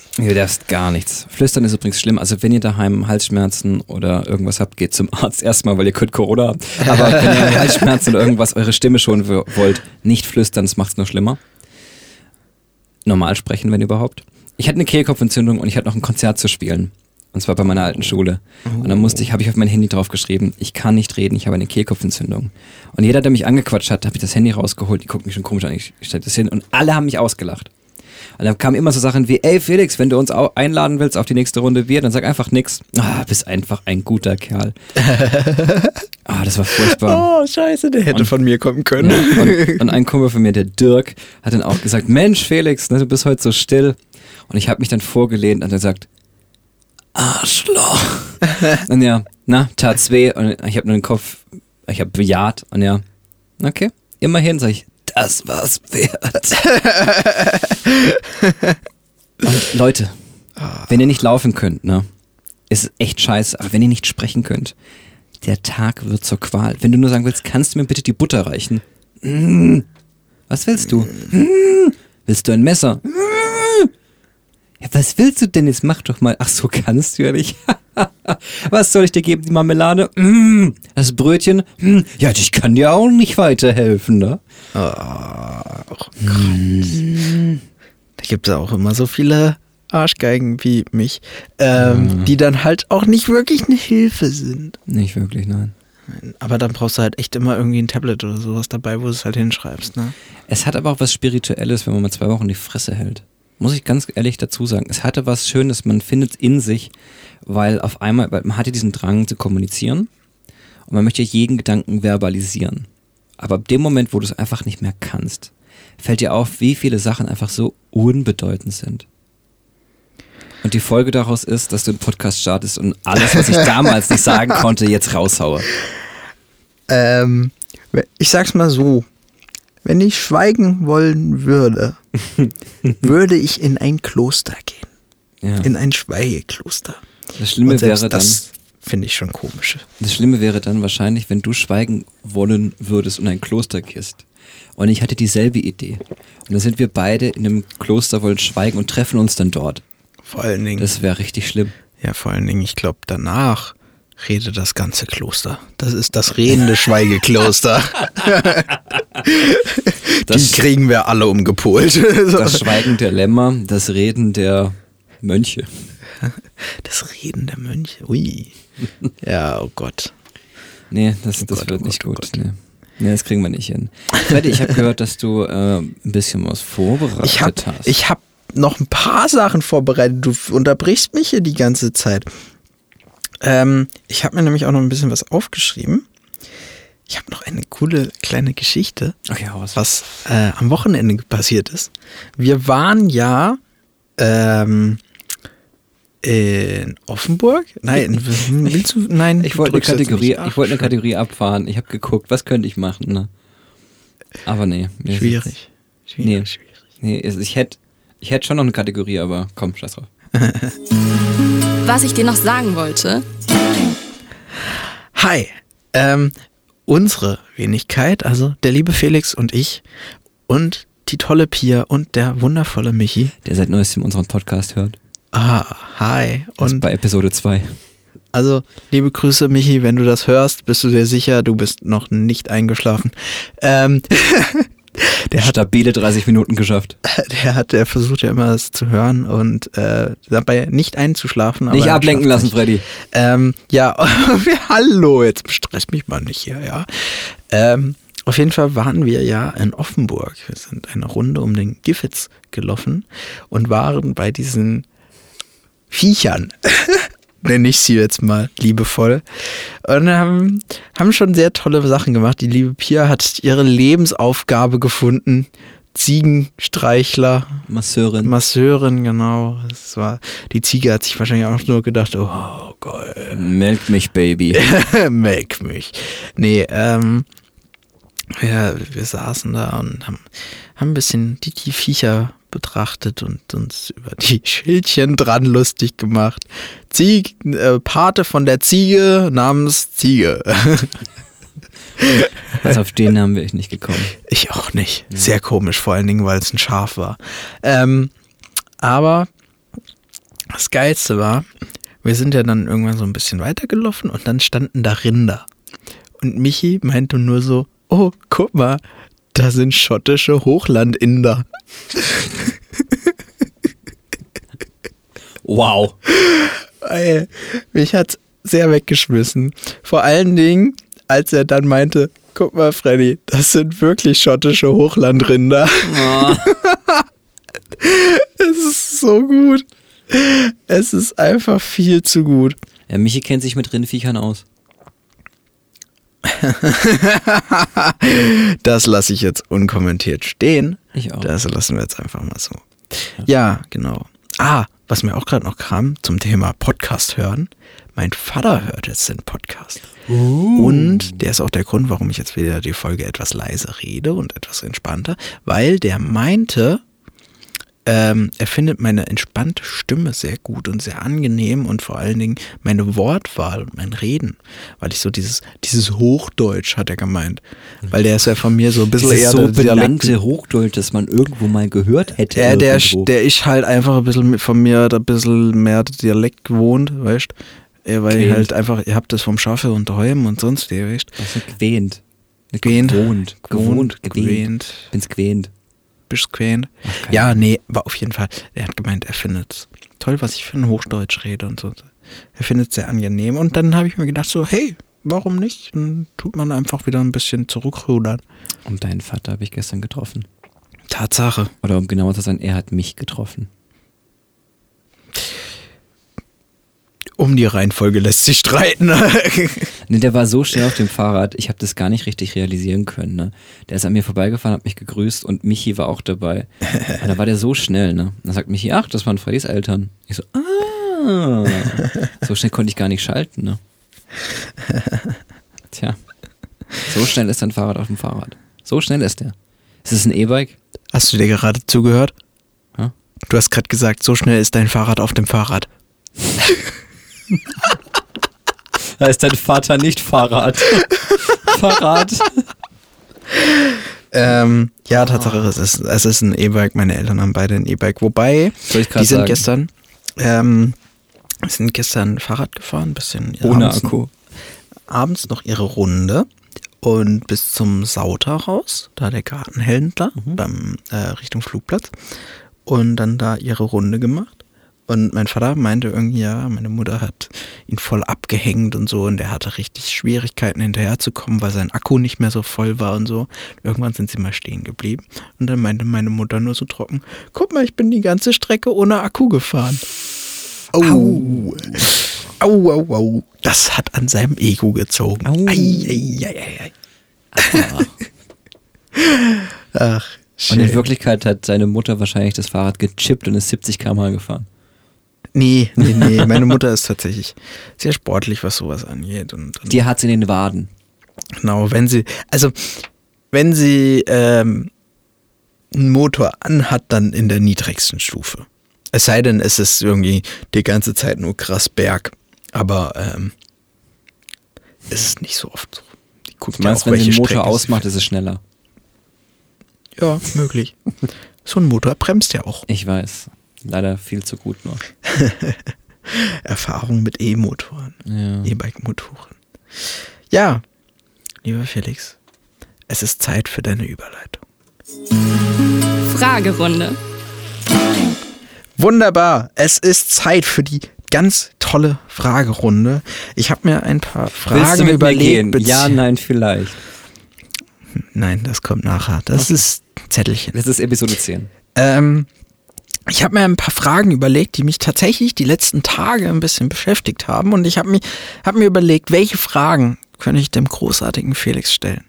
Ihr darfst gar nichts. Flüstern ist übrigens schlimm. Also wenn ihr daheim Halsschmerzen oder irgendwas habt, geht zum Arzt erstmal, weil ihr könnt Corona habt. Aber wenn ihr Halsschmerzen oder irgendwas eure Stimme schonen wollt, nicht flüstern, das macht es nur schlimmer. Normal sprechen, wenn überhaupt. Ich hatte eine Kehlkopfentzündung und ich hatte noch ein Konzert zu spielen. Und zwar bei meiner alten Schule. Oh. Und dann musste ich, habe ich auf mein Handy draufgeschrieben, ich kann nicht reden, ich habe eine Kehlkopfentzündung. Und jeder, der mich angequatscht hat, habe ich das Handy rausgeholt, die guckt mich schon komisch an, ich stelle das hin und alle haben mich ausgelacht. Und dann kamen immer so Sachen wie, ey Felix, wenn du uns einladen willst auf die nächste Runde Bier, dann sag einfach nix. Ah, bist einfach ein guter Kerl. Ah, das war furchtbar. Oh, scheiße, der hätte und, von mir kommen können. Ja, und, und ein Kumpel von mir, der Dirk, hat dann auch gesagt, Mensch Felix, ne, du bist heute so still. Und ich habe mich dann vorgelehnt und er sagt, Arschloch. Und ja, na, tat's weh. Und ich habe nur den Kopf, ich habe bejaht. Und ja, okay, immerhin, sag ich, das war's wert. Und Leute, wenn ihr nicht laufen könnt, ne, ist es echt scheiße. Aber wenn ihr nicht sprechen könnt, der Tag wird zur Qual. Wenn du nur sagen willst, kannst du mir bitte die Butter reichen? Mm, was willst du? Mm, willst du ein Messer? Mm, ja, was willst du denn? Jetzt mach doch mal. Ach so, kannst du ja nicht. Was soll ich dir geben? Die Marmelade? Mm, das Brötchen? Mm, ja, ich kann dir auch nicht weiterhelfen, ne? Oh, Gott. Mm. Da gibt es auch immer so viele Arschgeigen wie mich, ähm, mm. die dann halt auch nicht wirklich eine Hilfe sind. Nicht wirklich, nein. Aber dann brauchst du halt echt immer irgendwie ein Tablet oder sowas dabei, wo du es halt hinschreibst, ne? Es hat aber auch was Spirituelles, wenn man mal zwei Wochen die Fresse hält. Muss ich ganz ehrlich dazu sagen. Es hatte was Schönes, man findet in sich, weil auf einmal, weil man hatte diesen Drang zu kommunizieren und man möchte jeden Gedanken verbalisieren. Aber ab dem Moment, wo du es einfach nicht mehr kannst, fällt dir auf, wie viele Sachen einfach so unbedeutend sind. Und die Folge daraus ist, dass du einen Podcast startest und alles, was ich damals nicht sagen konnte, jetzt raushaue. Ähm, ich sag's mal so. Wenn ich schweigen wollen würde, würde ich in ein Kloster gehen. Ja. In ein Schweigekloster. Das Schlimme wäre dann, das finde ich schon komisch. Das Schlimme wäre dann wahrscheinlich, wenn du schweigen wollen würdest und in ein Kloster gehst. Und ich hatte dieselbe Idee. Und dann sind wir beide in einem Kloster, wollen schweigen und treffen uns dann dort. Vor allen Dingen. Das wäre richtig schlimm. Ja, vor allen Dingen, ich glaube, danach redet das ganze Kloster. Das ist das redende Schweigekloster. Die kriegen wir alle umgepolt. Das Schweigen der Lämmer, das Reden der Mönche. Das Reden der Mönche, ui. Ja, oh Gott. Nee, das, oh das Gott, wird oh nicht Gott, gut. Oh nee. nee, das kriegen wir nicht hin. Freddy, ich habe gehört, dass du äh, ein bisschen was vorbereitet ich hab, hast. Ich habe noch ein paar Sachen vorbereitet. Du unterbrichst mich hier die ganze Zeit. Ähm, ich habe mir nämlich auch noch ein bisschen was aufgeschrieben. Ich habe noch eine coole kleine Geschichte, okay, was, was äh, am Wochenende passiert ist. Wir waren ja ähm, in Offenburg. Nein, willst du? Nein, ich wollte eine Kategorie. Ich wollte eine Kategorie abfahren. Ich habe geguckt, was könnte ich machen. Ne? Aber nee, nee schwierig. Ist, schwierig. Nee, schwierig. Nee, ich hätte, ich hätte schon noch eine Kategorie, aber komm, scheiß drauf. Was ich dir noch sagen wollte. Hi, ähm, unsere Wenigkeit, also der liebe Felix und ich und die tolle Pia und der wundervolle Michi. Der seit neuestem unseren Podcast hört. Ah, hi. Und bei Episode zwei. Also, liebe Grüße, Michi, wenn du das hörst, bist du dir sicher, du bist noch nicht eingeschlafen. Ähm, der hat stabile dreißig Minuten geschafft. Der hat, der versucht ja immer das zu hören und äh, dabei nicht einzuschlafen. Aber nicht ablenken lassen, nicht. Freddy. Ähm, ja, hallo, jetzt stresst mich mal nicht hier, ja. Ähm, auf jeden Fall waren wir ja in Offenburg. Wir sind eine Runde um den Gifhitz gelaufen und waren bei diesen Viechern, nenne ich sie jetzt mal liebevoll. Und haben, haben schon sehr tolle Sachen gemacht. Die liebe Pia hat ihre Lebensaufgabe gefunden. Ziegenstreichler. Masseurin. Masseurin, genau. Das war, die Ziege hat sich wahrscheinlich auch nur gedacht, oh geil. Melk mich, Baby. Melk mich. Nee, ähm, ja, wir saßen da und haben, haben ein bisschen die, die Viecher betrachtet und uns über die Schildchen dran lustig gemacht. Zieg, äh, Pate von der Ziege namens Ziege. Also auf den Namen wäre ich nicht gekommen. Ich auch nicht. Sehr komisch, vor allen Dingen, weil es ein Schaf war. Ähm, aber Das Geilste war, wir sind ja dann irgendwann so ein bisschen weitergelaufen und dann standen da Rinder. Und Michi meinte nur so, oh, guck mal, da sind schottische Hochlandinder. Wow. Ey, mich hat's sehr weggeschmissen. Vor allen Dingen, als er dann meinte, guck mal, Freddy, das sind wirklich schottische Hochlandrinder. Oh. Es ist so gut. Es ist einfach viel zu gut. Ja, Michi kennt sich mit Rindviechern aus. Das lasse ich jetzt unkommentiert stehen. Ich auch. Das lassen wir jetzt einfach mal so. Ja, genau. Ah, was mir auch gerade noch kam zum Thema Podcast hören. Mein Vater hört jetzt den Podcast. Uh. Und der ist auch der Grund, warum ich jetzt wieder die Folge etwas leiser rede und etwas entspannter, weil der meinte, ähm, er findet meine entspannte Stimme sehr gut und sehr angenehm und vor allen Dingen meine Wortwahl und mein Reden, weil ich so dieses, dieses Hochdeutsch, hat er gemeint, weil der ist ja von mir so ein bisschen Dieses eher so der benannte Dialekt- Hochdeutsch, das man irgendwo mal gehört hätte. Ja, der, irgendwo. der ist halt einfach ein bisschen von mir ein bisschen mehr Dialekt gewohnt, weißt du? Weil ich Gewähnt. halt einfach, ihr habt das vom Schaffe und Träumen und sonst wie, weißt Das ist gewähnt. Nicht Gewähnt. Gewohnt. Gewohnt. Gewähnt. gewähnt. Bin's gewähnt. Bist du gewähnt? Ach, keine Ja, nee, aber auf jeden Fall. Er hat gemeint, er findet toll, was ich für ein Hochdeutsch rede und so. Er findet es sehr angenehm. Und dann habe ich mir gedacht so, hey, warum nicht? Dann tut man einfach wieder ein bisschen zurückrudern. Und deinen Vater habe ich gestern getroffen. Tatsache. Oder um genauer zu sein, er hat mich getroffen. Um die Reihenfolge lässt sich streiten. Ne, der war so schnell auf dem Fahrrad, ich habe das gar nicht richtig realisieren können. Ne? Der ist an mir vorbeigefahren, hat mich gegrüßt und Michi war auch dabei. Und da war der so schnell. Ne? Dann sagt Michi, ach, das waren Freddys Eltern. Ich so, ah. So schnell konnte ich gar nicht schalten. Ne? Tja, so schnell ist dein Fahrrad auf dem Fahrrad. So schnell ist der. Ist es ein E-Bike? Hast du dir gerade zugehört? Ja? Du hast gerade gesagt, so schnell ist dein Fahrrad auf dem Fahrrad. Da ist dein Vater nicht Fahrrad. Fahrrad. Ähm, ja, Tatsache, es ist, es ist ein E-Bike. Meine Eltern haben beide ein E-Bike. Wobei, Soll ich grad die sind sagen? gestern, ähm, sind gestern Fahrrad gefahren, ein bisschen Ohne abends, Akku. abends noch ihre Runde und bis zum Sauter raus, da der Gartenhändler, Mhm. beim äh, Richtung Flugplatz, und dann da ihre Runde gemacht. Und mein Vater meinte irgendwie, ja, meine Mutter hat ihn voll abgehängt und so und der hatte richtig Schwierigkeiten hinterherzukommen, weil sein Akku nicht mehr so voll war und so. Irgendwann sind sie mal stehen geblieben und dann meinte meine Mutter nur so trocken, guck mal, ich bin die ganze Strecke ohne Akku gefahren. Au. Au, au, au, au. Das hat an seinem Ego gezogen. Au. Ei, ei, ei, ei, ei. Ach, Und in schön. Wirklichkeit hat seine Mutter wahrscheinlich das Fahrrad gechippt und ist siebzig Kilometer pro Stunde gefahren. Nee, nee, nee. Meine Mutter ist tatsächlich sehr sportlich, was sowas angeht. Und, und Die hat's in den Waden. genau, wenn sie, also wenn sie ähm, einen Motor anhat, dann in der niedrigsten Stufe. Es sei denn, es ist irgendwie die ganze Zeit nur krass Berg. Aber ähm, es ist nicht so oft so. Die guckt Du meinst, ja auch, wenn sie welche den Motor Strecke sie ausmacht, fährt. ist es schneller. Ja, möglich. So ein Motor bremst ja auch. Ich weiß. Leider viel zu gut nur. Erfahrung mit E-Motoren. Ja. E-Bike-Motoren. Ja, lieber Felix, es ist Zeit für deine Überleitung. Fragerunde. Wunderbar, es ist Zeit für die ganz tolle Fragerunde. Ich habe mir ein paar Willst du Fragen mit überlegt. mir gehen? bezieh- Ja, nein, vielleicht. Nein, das kommt nachher. Das Okay. ist Zettelchen. Das ist Episode zehn. Ähm, ich habe mir ein paar Fragen überlegt, die mich tatsächlich die letzten Tage ein bisschen beschäftigt haben. Und ich habe mir, hab mir überlegt, welche Fragen könnte ich dem großartigen Felix stellen?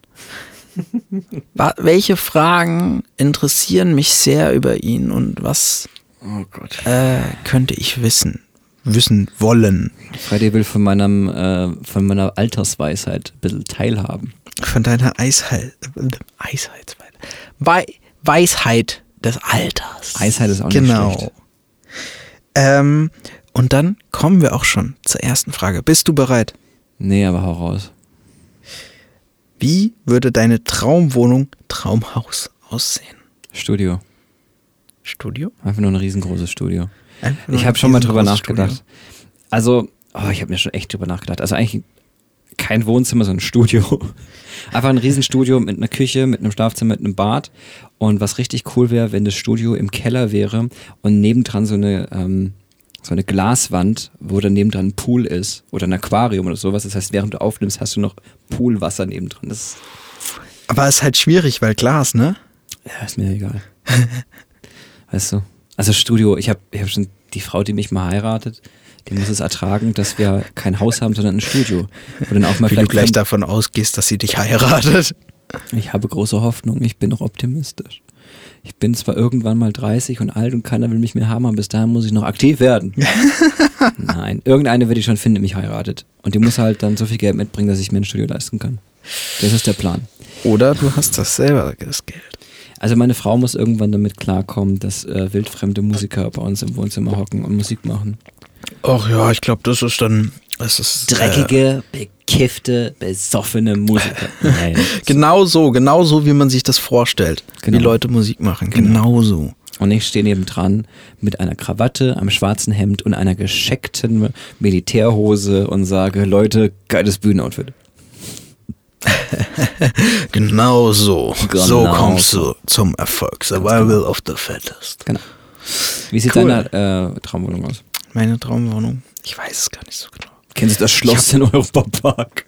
Wa- welche Fragen interessieren mich sehr über ihn und was Oh Gott. äh, könnte ich wissen, wissen wollen Freddy will von meinem, äh, von meiner Altersweisheit ein bisschen teilhaben. von deiner Eisheit, Eisheit, Wei Weisheit des Alters. Weisheit ist auch nicht genau. schlecht. Ähm, und dann kommen wir auch schon zur ersten Frage. Bist du bereit? Nee, aber hau raus. Wie würde deine Traumwohnung, Traumhaus aussehen? Studio. Studio? Einfach nur ein riesengroßes Studio. Ich habe schon mal drüber nachgedacht. Also, oh, ich habe mir schon echt drüber nachgedacht. Also eigentlich kein Wohnzimmer, sondern ein Studio. Einfach ein Riesenstudio mit einer Küche, mit einem Schlafzimmer, mit einem Bad. Und was richtig cool wäre, wenn das Studio im Keller wäre und nebendran so eine, ähm, so eine Glaswand, wo dann nebendran ein Pool ist oder ein Aquarium oder sowas. Das heißt, während du aufnimmst, hast du noch Poolwasser nebendran. Das ist Aber ist halt schwierig, weil Glas, ne? Ja, ist mir egal. Weißt du? Also Studio, ich habe ich hab schon die Frau, die mich mal heiratet, die muss es ertragen, dass wir kein Haus haben, sondern ein Studio. Und dann auch mal Wie du vielleicht gleich davon ausgehst, dass sie dich heiratet. Ich habe große Hoffnung, ich bin noch optimistisch. Ich bin zwar irgendwann mal dreißig und alt und keiner will mich mehr haben, aber bis dahin muss ich noch aktiv werden. Nein, irgendeine werde ich schon finden, die mich heiratet. Und die muss halt dann so viel Geld mitbringen, dass ich mir ein Studio leisten kann. Das ist der Plan. Oder du hast das selber, das Geld. Also meine Frau muss irgendwann damit klarkommen, dass äh, wildfremde Musiker bei uns im Wohnzimmer hocken und Musik machen. Ach ja, ich glaube, das ist dann... Das ist, Dreckige, äh, bekiffte, besoffene Musiker. Nein, genau so, genau so, wie man sich das vorstellt. Genau. Wie Leute Musik machen, genau so. Und ich stehe nebendran mit einer Krawatte, einem schwarzen Hemd und einer gescheckten Militärhose und sage, Leute, geiles Bühnenoutfit. Genau so. Genau so kommst so. du zum Erfolg. Survival genau. of the Fittest. Genau. Wie sieht Cool. deine äh, Traumwohnung aus? Meine Traumwohnung? Ich weiß es gar nicht so genau. Kennst du das Schloss in Europapark?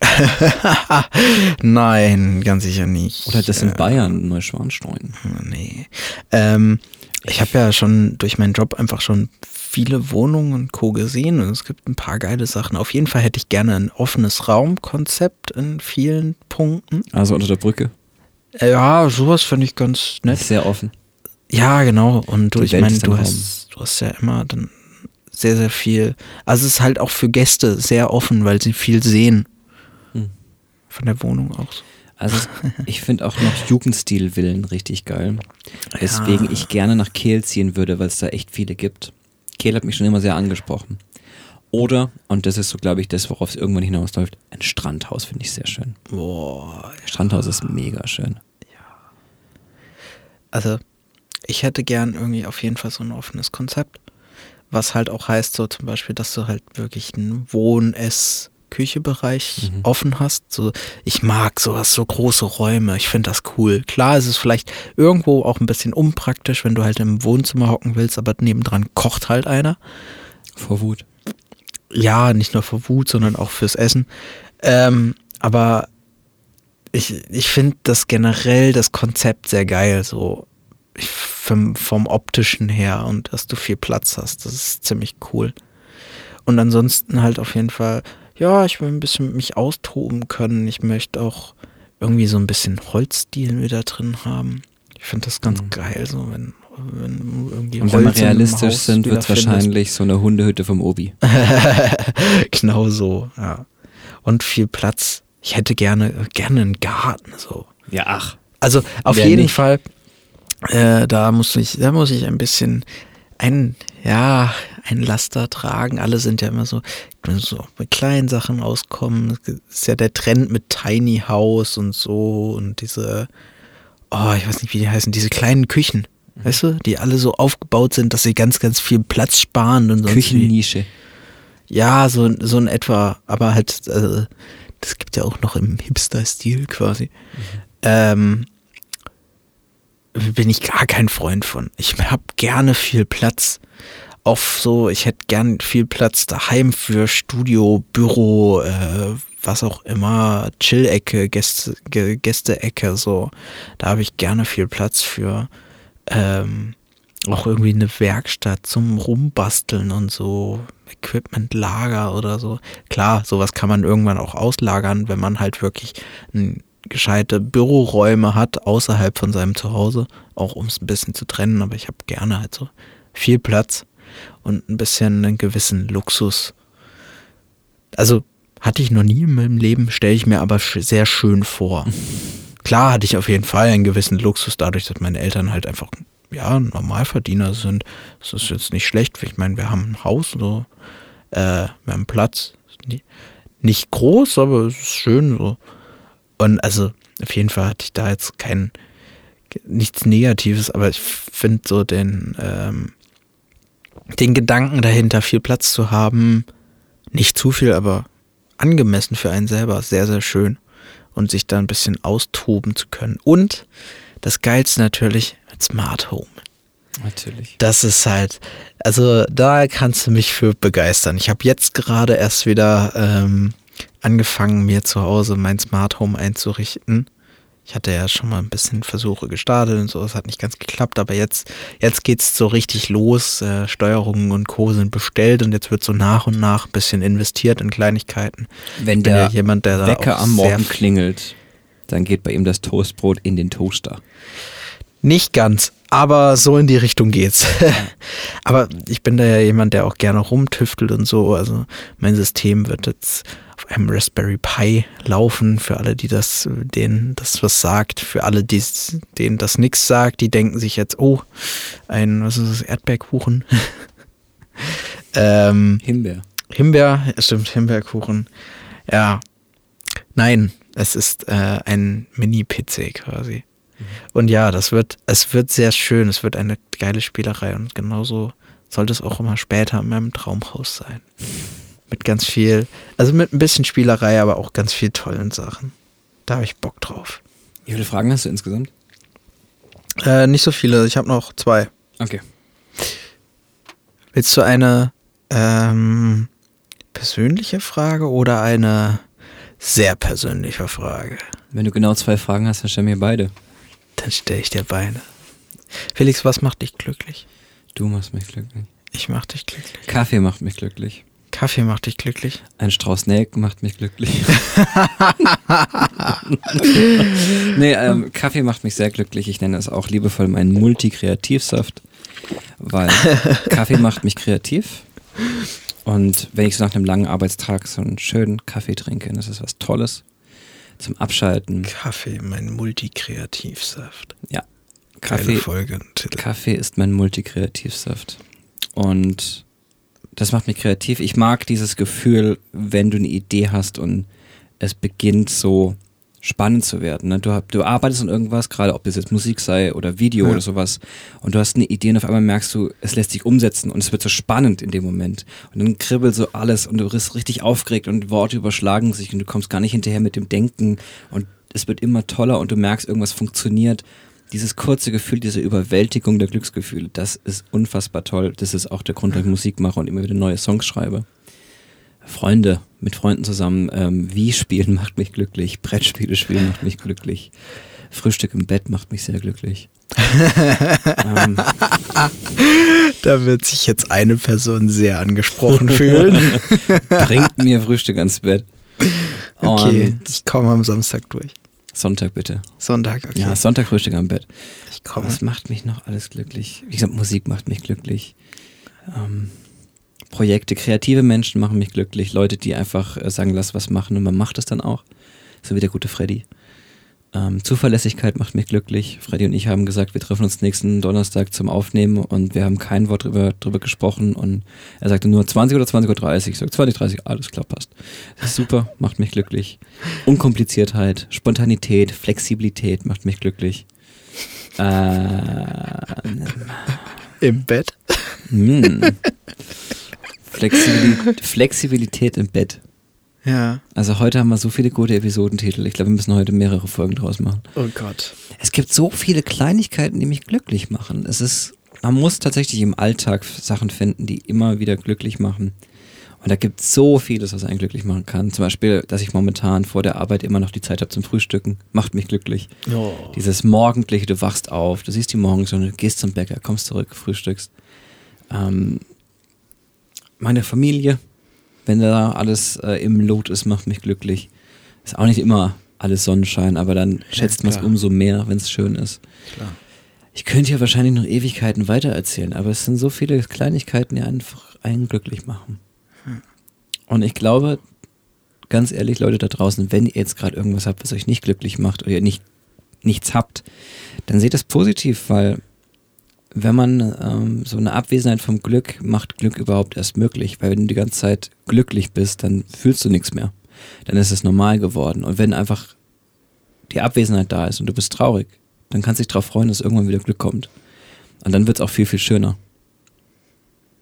Nein, ganz sicher nicht. Oder das in Bayern, Neuschwanstein? Nee. Ähm, ich habe ja schon durch meinen Job einfach schon viele Wohnungen und Co. gesehen und es gibt ein paar geile Sachen. Auf jeden Fall hätte ich gerne ein offenes Raumkonzept in vielen Punkten. Also unter der Brücke? Ja, sowas finde ich ganz nett. Sehr offen. Ja, genau. Und du, Die ich Welt meine, ist du ein hast, du hast ja immer dann sehr, sehr viel. Also es ist halt auch für Gäste sehr offen, weil sie viel sehen. Hm. Von der Wohnung auch so. Also ich finde auch noch Jugendstil-Villen richtig geil. Weswegen Ja. ich gerne nach Kehl ziehen würde, weil es da echt viele gibt. Kehl hat mich schon immer sehr angesprochen. Oder, und das ist so, glaube ich, das, worauf es irgendwann hinausläuft, ein Strandhaus finde ich sehr schön. Boah. Strandhaus ist mega schön. Also ich hätte gern irgendwie auf jeden Fall so ein offenes Konzept. Was halt auch heißt, so zum Beispiel, dass du halt wirklich einen Wohn-, Ess-, Küchebereich Mhm. offen hast. So, ich mag sowas, so große Räume. Ich finde das cool. Klar, ist es vielleicht irgendwo auch ein bisschen unpraktisch, wenn du halt im Wohnzimmer hocken willst, aber nebendran kocht halt einer. Vor Wut. Ja, nicht nur vor Wut, sondern auch fürs Essen. Ähm, aber ich, ich finde das generell, das Konzept sehr geil. So ich, vom, vom optischen her und dass du viel Platz hast. Das ist ziemlich cool. Und ansonsten halt auf jeden Fall, ja, ich will ein bisschen mich austoben können. Ich möchte auch irgendwie so ein bisschen Holzstil wieder drin haben. Ich finde das ganz Mhm. geil, so wenn, wenn irgendwie Und wenn wir Holz im realistisch Haus sind, wird es wiederfindest. wahrscheinlich so eine Hundehütte vom Obi. Genau so, ja. Und viel Platz. Ich hätte gerne, gerne einen Garten, so. Ja, ach. Also auf Wer jeden nicht? Fall, äh, da muss ich, da muss ich ein bisschen ein, ja, ein Laster tragen. Alle sind ja immer so, so mit kleinen Sachen auskommen. Das ist ja der Trend mit Tiny House und so und diese, oh, ich weiß nicht, wie die heißen, diese kleinen Küchen. Weißt du, die alle so aufgebaut sind, dass sie ganz, ganz viel Platz sparen und sonst wie. Küchennische. Ja, so, so in etwa, aber halt, äh, das gibt ja auch noch im Hipster-Stil quasi. Mhm. Ähm, bin ich gar kein Freund von. Ich habe gerne viel Platz. Auch so, ich hätte gern viel Platz daheim für Studio, Büro, äh, was auch immer, Chill-Ecke, Gäste, Ge- Gäste-Ecke, so. Da habe ich gerne viel Platz für. Ähm, auch irgendwie eine Werkstatt zum Rumbasteln und so, Equipment-Lager oder so. Klar, sowas kann man irgendwann auch auslagern, wenn man halt wirklich ein, gescheite Büroräume hat, außerhalb von seinem Zuhause, auch um es ein bisschen zu trennen, aber ich habe gerne halt so viel Platz und ein bisschen einen gewissen Luxus. Also hatte ich noch nie in meinem Leben, stelle ich mir aber sch- sehr schön vor. Klar hatte ich auf jeden Fall einen gewissen Luxus, dadurch, dass meine Eltern halt einfach ja, Normalverdiener sind. Das ist jetzt nicht schlecht. Ich meine, wir haben ein Haus, so, äh, wir haben Platz. Nicht groß, aber es ist schön so. Und also auf jeden Fall hatte ich da jetzt kein nichts Negatives, aber ich finde so den ähm, den Gedanken dahinter, viel Platz zu haben, nicht zu viel, aber angemessen für einen selber, sehr, sehr schön. Und sich da ein bisschen austoben zu können. Und das Geilste natürlich mit Smart Home. Natürlich. Das ist halt, also da kannst du mich für begeistern. Ich habe jetzt gerade erst wieder ähm, angefangen, mir zu Hause mein Smart Home einzurichten. Ich hatte ja schon mal ein bisschen Versuche gestartet und so, es hat nicht ganz geklappt, aber jetzt, jetzt geht's so richtig los. Äh, Steuerungen und Co. sind bestellt und jetzt wird so nach und nach ein bisschen investiert in Kleinigkeiten. Wenn Ich bin der ja jemand, der da Wecker auch am Morgen sehr klingelt, dann geht bei ihm das Toastbrot in den Toaster. Nicht ganz, aber so in die Richtung geht's. Aber ich bin da ja jemand, der auch gerne rumtüftelt und so. Also mein System wird jetzt auf einem Raspberry Pi laufen. Für alle, die das, denen das was sagt. Für alle, die, denen das nichts sagt, die denken sich jetzt, oh, ein, was ist das, Erdbeerkuchen? ähm, Himbeer. Himbeer, stimmt, Himbeerkuchen. Ja, nein, es ist äh, ein Mini-P C quasi. Und ja, das wird, es wird sehr schön, es wird eine geile Spielerei und genauso sollte es auch immer später in meinem Traumhaus sein. Mit ganz viel, also mit ein bisschen Spielerei, aber auch ganz viel tollen Sachen. Da habe ich Bock drauf. Wie viele Fragen hast du insgesamt? Äh, nicht so viele, ich habe noch zwei. Okay. Willst du eine ähm, persönliche Frage oder eine sehr persönliche Frage? Wenn du genau zwei Fragen hast, dann stell mir beide. Dann stelle ich dir beide. Felix, was macht dich glücklich? Du machst mich glücklich. Ich mach dich glücklich. Kaffee macht mich glücklich. Kaffee macht dich glücklich. Ein Strauß Nelken macht mich glücklich. nee, ähm, Kaffee macht mich sehr glücklich. Ich nenne es auch liebevoll meinen Multikreativsaft, weil Kaffee macht mich kreativ. Und wenn ich so nach einem langen Arbeitstag so einen schönen Kaffee trinke, das ist was Tolles zum Abschalten. Kaffee, mein Multikreativsaft. Ja, Kaffee, Kaffee, Folge, Titel. Kaffee ist mein Multikreativsaft. Und das macht mich kreativ. Ich mag dieses Gefühl, wenn du eine Idee hast und es beginnt so spannend zu werden. Ne? Du, du arbeitest an irgendwas, gerade ob das jetzt Musik sei oder Video ja. oder sowas, und du hast eine Idee und auf einmal merkst du, es lässt sich umsetzen und es wird so spannend in dem Moment. Und dann kribbelt so alles und du bist richtig aufgeregt und Worte überschlagen sich und du kommst gar nicht hinterher mit dem Denken und es wird immer toller und du merkst, irgendwas funktioniert. Dieses kurze Gefühl, diese Überwältigung der Glücksgefühle, das ist unfassbar toll. Das ist auch der Grund, warum ich Musik mache und immer wieder neue Songs schreibe. Freunde, mit Freunden zusammen, ähm, Wii spielen macht mich glücklich, Brettspiele spielen macht mich glücklich, Frühstück im Bett macht mich sehr glücklich. ähm, da wird sich jetzt eine Person sehr angesprochen fühlen. Bringt mir Frühstück ans Bett. Okay, Und ich komme am Samstag durch. Sonntag bitte. Sonntag, okay. Ja, Sonntag Frühstück am Bett. Ich komme. Was macht mich noch alles glücklich? Wie gesagt, Musik macht mich glücklich. Ähm, Projekte, kreative Menschen machen mich glücklich. Leute, die einfach äh, sagen, lass was machen und man macht es dann auch. So wie der gute Freddy. Ähm, Zuverlässigkeit macht mich glücklich. Freddy und ich haben gesagt, wir treffen uns nächsten Donnerstag zum Aufnehmen und wir haben kein Wort drüber, drüber gesprochen und er sagte nur zwanzig oder zwanzig Uhr dreißig. Ich sage zwanzig Uhr dreißig, alles klar, passt. Das ist super, macht mich glücklich. Unkompliziertheit, Spontanität, Flexibilität macht mich glücklich. Äh, Im Bett? mh. Flexibilität, Flexibilität im Bett. Ja. Also heute haben wir so viele gute Episodentitel. Ich glaube, wir müssen heute mehrere Folgen draus machen. Oh Gott. Es gibt so viele Kleinigkeiten, die mich glücklich machen. Es ist, man muss tatsächlich im Alltag Sachen finden, die immer wieder glücklich machen. Und da gibt es so vieles, was einen glücklich machen kann. Zum Beispiel, dass ich momentan vor der Arbeit immer noch die Zeit habe zum Frühstücken. Macht mich glücklich. Oh. Dieses Morgendliche, du wachst auf, du siehst die Morgensonne, du gehst zum Bäcker, kommst zurück, frühstückst. Ähm, meine Familie, wenn da alles äh, im Lot ist, macht mich glücklich. Ist auch nicht immer alles Sonnenschein, aber dann Ja, schätzt man es klar. umso mehr, wenn es schön ist. Klar. Ich könnte hier wahrscheinlich noch Ewigkeiten weitererzählen, aber es sind so viele Kleinigkeiten, die einfach einen glücklich machen. Und ich glaube, ganz ehrlich, Leute da draußen, wenn ihr jetzt gerade irgendwas habt, was euch nicht glücklich macht oder ihr nicht, nichts habt, dann seht das positiv, weil wenn man ähm, so eine Abwesenheit vom Glück macht Glück überhaupt erst möglich, weil wenn du die ganze Zeit glücklich bist, dann fühlst du nichts mehr. Dann ist es normal geworden. Und wenn einfach die Abwesenheit da ist und du bist traurig, dann kannst du dich darauf freuen, dass irgendwann wieder Glück kommt. Und dann wird es auch viel, viel schöner.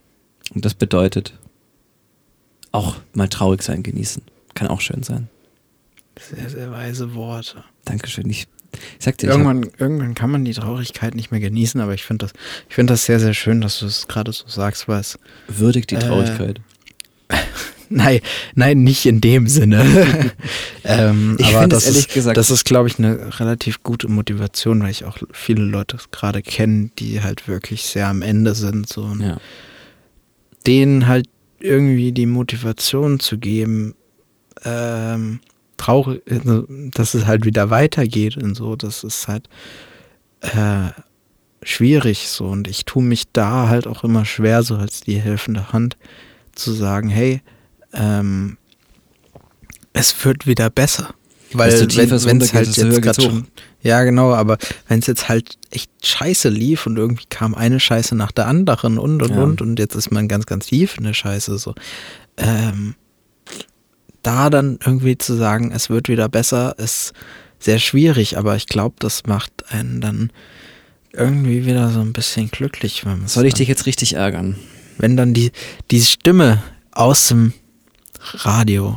Und das bedeutet auch mal traurig sein, genießen. Kann auch schön sein. Sehr, sehr weise Worte. Dankeschön. Ich, ich sag dir, irgendwann, ich hab, irgendwann kann man die Traurigkeit nicht mehr genießen, aber ich finde das, ich finde das sehr, sehr schön, dass du es gerade so sagst, weil es würdigt die Traurigkeit. Äh, nein, nein, nicht in dem Sinne. ähm, ich aber finde das es ehrlich ist, gesagt, das ist, glaube ich, eine relativ gute Motivation, weil ich auch viele Leute gerade kenne, die halt wirklich sehr am Ende sind, so und ja. denen halt irgendwie die Motivation zu geben, ähm, traurig, dass es halt wieder weitergeht und so, das ist halt äh, schwierig so und ich tue mich da halt auch immer schwer, so als die helfende Hand zu sagen, hey, ähm, es wird wieder besser. Weil wenn es halt jetzt gerade schon, ja genau, aber wenn es jetzt halt echt scheiße lief und irgendwie kam eine Scheiße nach der anderen und und ja. und und jetzt ist man ganz, ganz tief in der Scheiße so, ähm, da dann irgendwie zu sagen, es wird wieder besser, ist sehr schwierig, aber ich glaube, das macht einen dann irgendwie wieder so ein bisschen glücklich. Wenn Soll ich dich jetzt richtig ärgern? Wenn dann die, die Stimme aus dem Radio,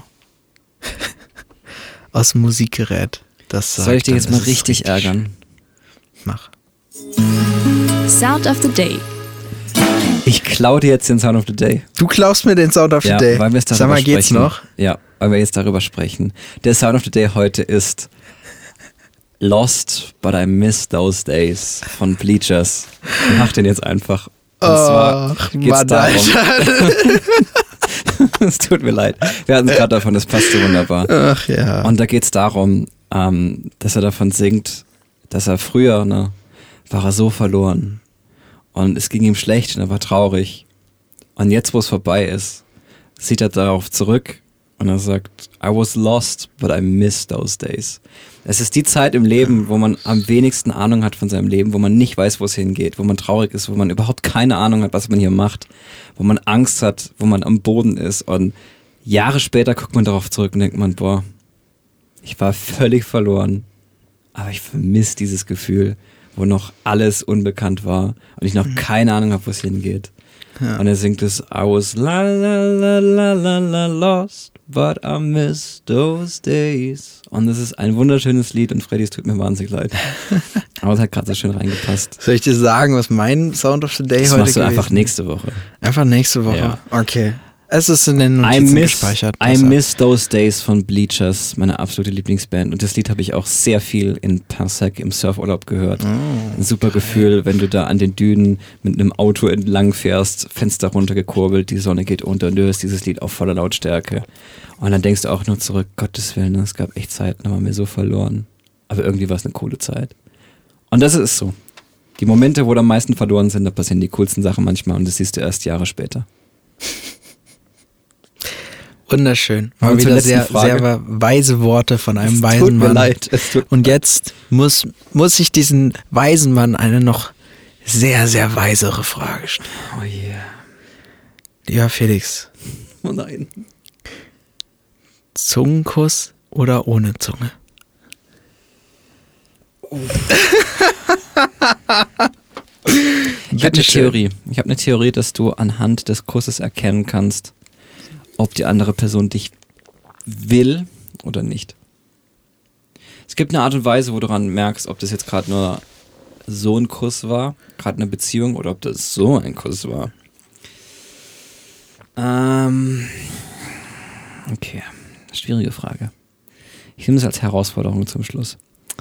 aus dem Musikgerät, das sagt, soll ich dich jetzt mal richtig, richtig ärgern? Mach. Sound of the Day. Ich klaue dir jetzt den Sound of the Day. Du klaust mir den Sound of the ja, Day. Weil wir darüber Sag mal, sprechen. geht's noch? Ja, weil wir jetzt darüber sprechen. Der Sound of the Day heute ist Lost, but I miss those days von Bleachers. Ich mach den jetzt einfach. Und zwar Ach, geht's Mann, darum. Alter. Es tut mir leid. Wir hatten es gerade davon, das passt so wunderbar. Ach ja. Und da geht's darum, ähm, dass er davon singt, dass er früher, ne, war er so verloren. Und es ging ihm schlecht und er war traurig. Und jetzt, wo es vorbei ist, sieht er darauf zurück und er sagt, I was lost, but I miss those days. Es ist die Zeit im Leben, wo man am wenigsten Ahnung hat von seinem Leben, wo man nicht weiß, wo es hingeht, wo man traurig ist, wo man überhaupt keine Ahnung hat, was man hier macht, wo man Angst hat, wo man am Boden ist. Und Jahre später guckt man darauf zurück und denkt man, boah, ich war völlig verloren, aber ich vermisse dieses Gefühl, wo noch alles unbekannt war und ich noch keine Ahnung habe, wo es hingeht. Ja. Und er singt es, I was la la la la la la lost, but I miss those days. Und es ist ein wunderschönes Lied und Freddy, es tut mir wahnsinnig leid. Aber es hat gerade so schön reingepasst. Soll ich dir sagen, was mein Sound of the Day das heute machst du gewesen? einfach nächste Woche. Einfach nächste Woche? Ja. Okay. Es ist in den Notizen I miss, gespeichert. I Miss Those Days von Bleachers, meine absolute Lieblingsband. Und das Lied habe ich auch sehr viel in Parsec im Surfurlaub gehört. Oh, ein super geil. Gefühl, wenn du da an den Dünen mit einem Auto entlang fährst, Fenster runtergekurbelt, die Sonne geht unter und du hörst dieses Lied auf voller Lautstärke. Und dann denkst du auch nur zurück, Gottes Willen, es gab echt Zeiten, da waren wir so verloren. Aber irgendwie war es eine coole Zeit. Und das ist so. Die Momente, wo am meisten verloren sind, da passieren die coolsten Sachen manchmal und das siehst du erst Jahre später. Wunderschön. Mal wieder sehr, sehr weise Worte von einem es weisen tut mir Mann. Leid. Es tut Und jetzt muss, muss ich diesen weisen Mann eine noch sehr, sehr weisere Frage stellen. Oh yeah. Lieber Felix. Oh nein. Zungenkuss oder ohne Zunge? Oh. Ich habe eine Theorie. Ich habe eine Theorie, dass du anhand des Kusses erkennen kannst, ob die andere Person dich will oder nicht. Es gibt eine Art und Weise, wo du daran merkst, ob das jetzt gerade nur so ein Kuss war, gerade eine Beziehung, oder ob das so ein Kuss war. Ähm, okay, schwierige Frage. Ich nehme es als Herausforderung zum Schluss.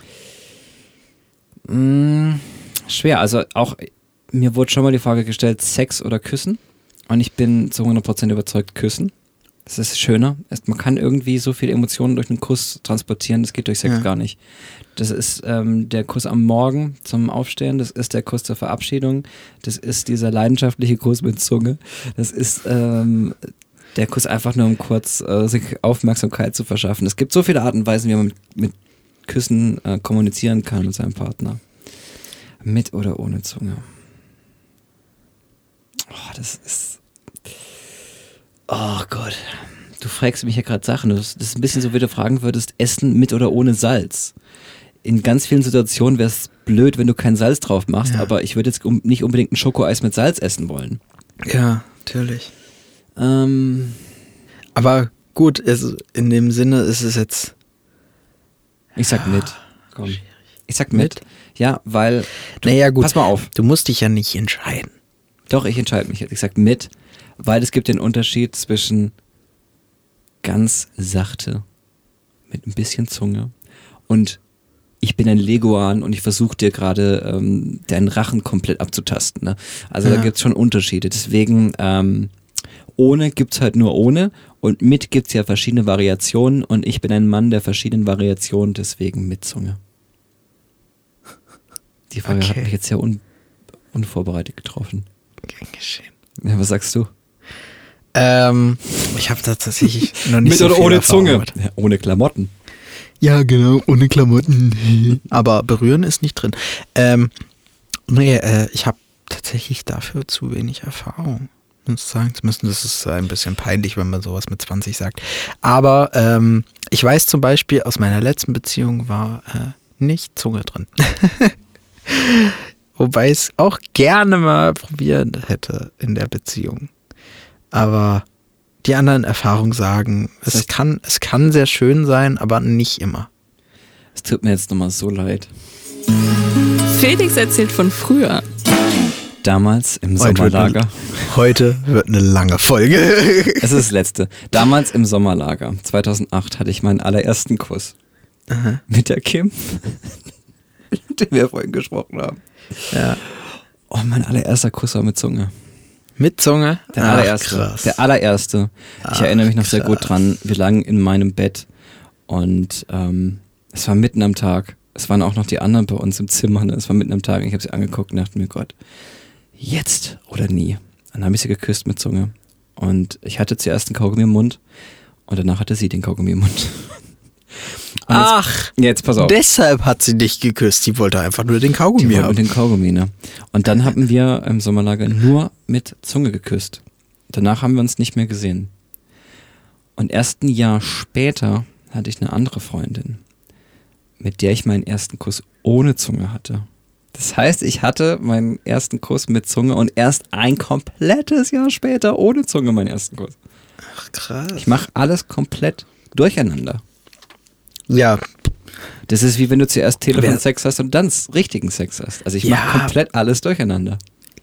Hm, schwer, also auch mir wurde schon mal die Frage gestellt, Sex oder Küssen? Und ich bin zu hundert Prozent überzeugt, Küssen. Das ist schöner. Man kann irgendwie so viele Emotionen durch einen Kuss transportieren, das geht durch Sex ja. gar nicht. Das ist ähm, der Kuss am Morgen zum Aufstehen, das ist der Kuss zur Verabschiedung, das ist dieser leidenschaftliche Kuss mit Zunge, das ist ähm, der Kuss einfach nur, um kurz äh, sich Aufmerksamkeit zu verschaffen. Es gibt so viele Arten und Weisen, wie man mit, mit Küssen äh, kommunizieren kann mit seinem Partner. Mit oder ohne Zunge. Oh, das ist... Oh Gott, du fragst mich ja gerade Sachen. Das ist ein bisschen so, wie du fragen würdest, Essen mit oder ohne Salz. In ganz vielen Situationen wäre es blöd, wenn du kein Salz drauf machst, ja. aber ich würde jetzt nicht unbedingt ein Schokoeis mit Salz essen wollen. Ja, natürlich. Ähm, Aber gut, es, in dem Sinne ist es jetzt ich sag mit. Komm. Ich sag mit. Mit? Ja, weil. Du, Naja, gut. Pass mal auf. Du musst dich ja nicht entscheiden. Doch, ich entscheide mich jetzt. Ich sag mit, weil es gibt den Unterschied zwischen ganz sachte mit ein bisschen Zunge und ich bin ein Leguan und ich versuche dir gerade ähm, deinen Rachen komplett abzutasten. Ne? Also Ja. da gibt es schon Unterschiede. Deswegen ähm, ohne gibt's halt nur ohne und mit gibt's ja verschiedene Variationen und ich bin ein Mann der verschiedenen Variationen, deswegen mit Zunge. Die Frage Okay. hat mich jetzt sehr un unvorbereitet getroffen. Gern geschehen. Ja, was sagst du? Ähm, ich habe tatsächlich noch nicht Mit so oder viel ohne Erfahrung Zunge? mit. Ja, ohne Klamotten. Ja, genau, ohne Klamotten. Aber berühren ist nicht drin. Ähm, nee, äh, ich habe tatsächlich dafür zu wenig Erfahrung. Muss sagen zu müssen, das ist ein bisschen peinlich, wenn man sowas mit zwanzig sagt. Aber ähm, ich weiß zum Beispiel, aus meiner letzten Beziehung war äh, nicht Zunge drin. Wobei ich es auch gerne mal probieren hätte in der Beziehung. Aber die anderen Erfahrungen sagen, es Das- kann, es kann sehr schön sein, aber nicht immer. Es tut mir jetzt nochmal so leid. Felix erzählt von früher. Damals im Heute wird, Sommerlager. eine, heute wird eine lange Folge. Es ist das letzte. Damals im Sommerlager. zweitausendacht hatte ich meinen allerersten Kuss. Aha. Mit der Kim. Mit der wir vorhin gesprochen haben. Ja. Oh, mein allererster Kuss war mit Zunge. Mit Zunge? Der Ach, allererste. krass. Der allererste. Ich Ach, erinnere mich noch sehr gut krass. dran. Wir lagen in meinem Bett und ähm, es war mitten am Tag. Es waren auch noch die anderen bei uns im Zimmer. Ne? Es war mitten am Tag und ich habe sie angeguckt und dachte mir, Gott, jetzt oder nie. Dann habe ich sie geküsst mit Zunge. Und ich hatte zuerst einen Kaugummi im Mund und danach hatte sie den Kaugummi im Mund. Und jetzt, Ach, jetzt pass auf. deshalb hat sie dich geküsst. Die wollte einfach nur den Die Kaugummi wollten haben. mit den Kaugummi, ne? Und dann haben wir im Sommerlager nur mit Zunge geküsst. Danach haben wir uns nicht mehr gesehen. Und erst ein Jahr später hatte ich eine andere Freundin, mit der ich meinen ersten Kuss ohne Zunge hatte. Das heißt, ich hatte meinen ersten Kuss mit Zunge und erst ein komplettes Jahr später ohne Zunge meinen ersten Kuss. Ach, krass. Ich mache alles komplett durcheinander. Ja, Das ist wie wenn du zuerst Wer- Telefonsex hast und dann richtigen Sex hast. Also ich Ja. mache komplett alles durcheinander.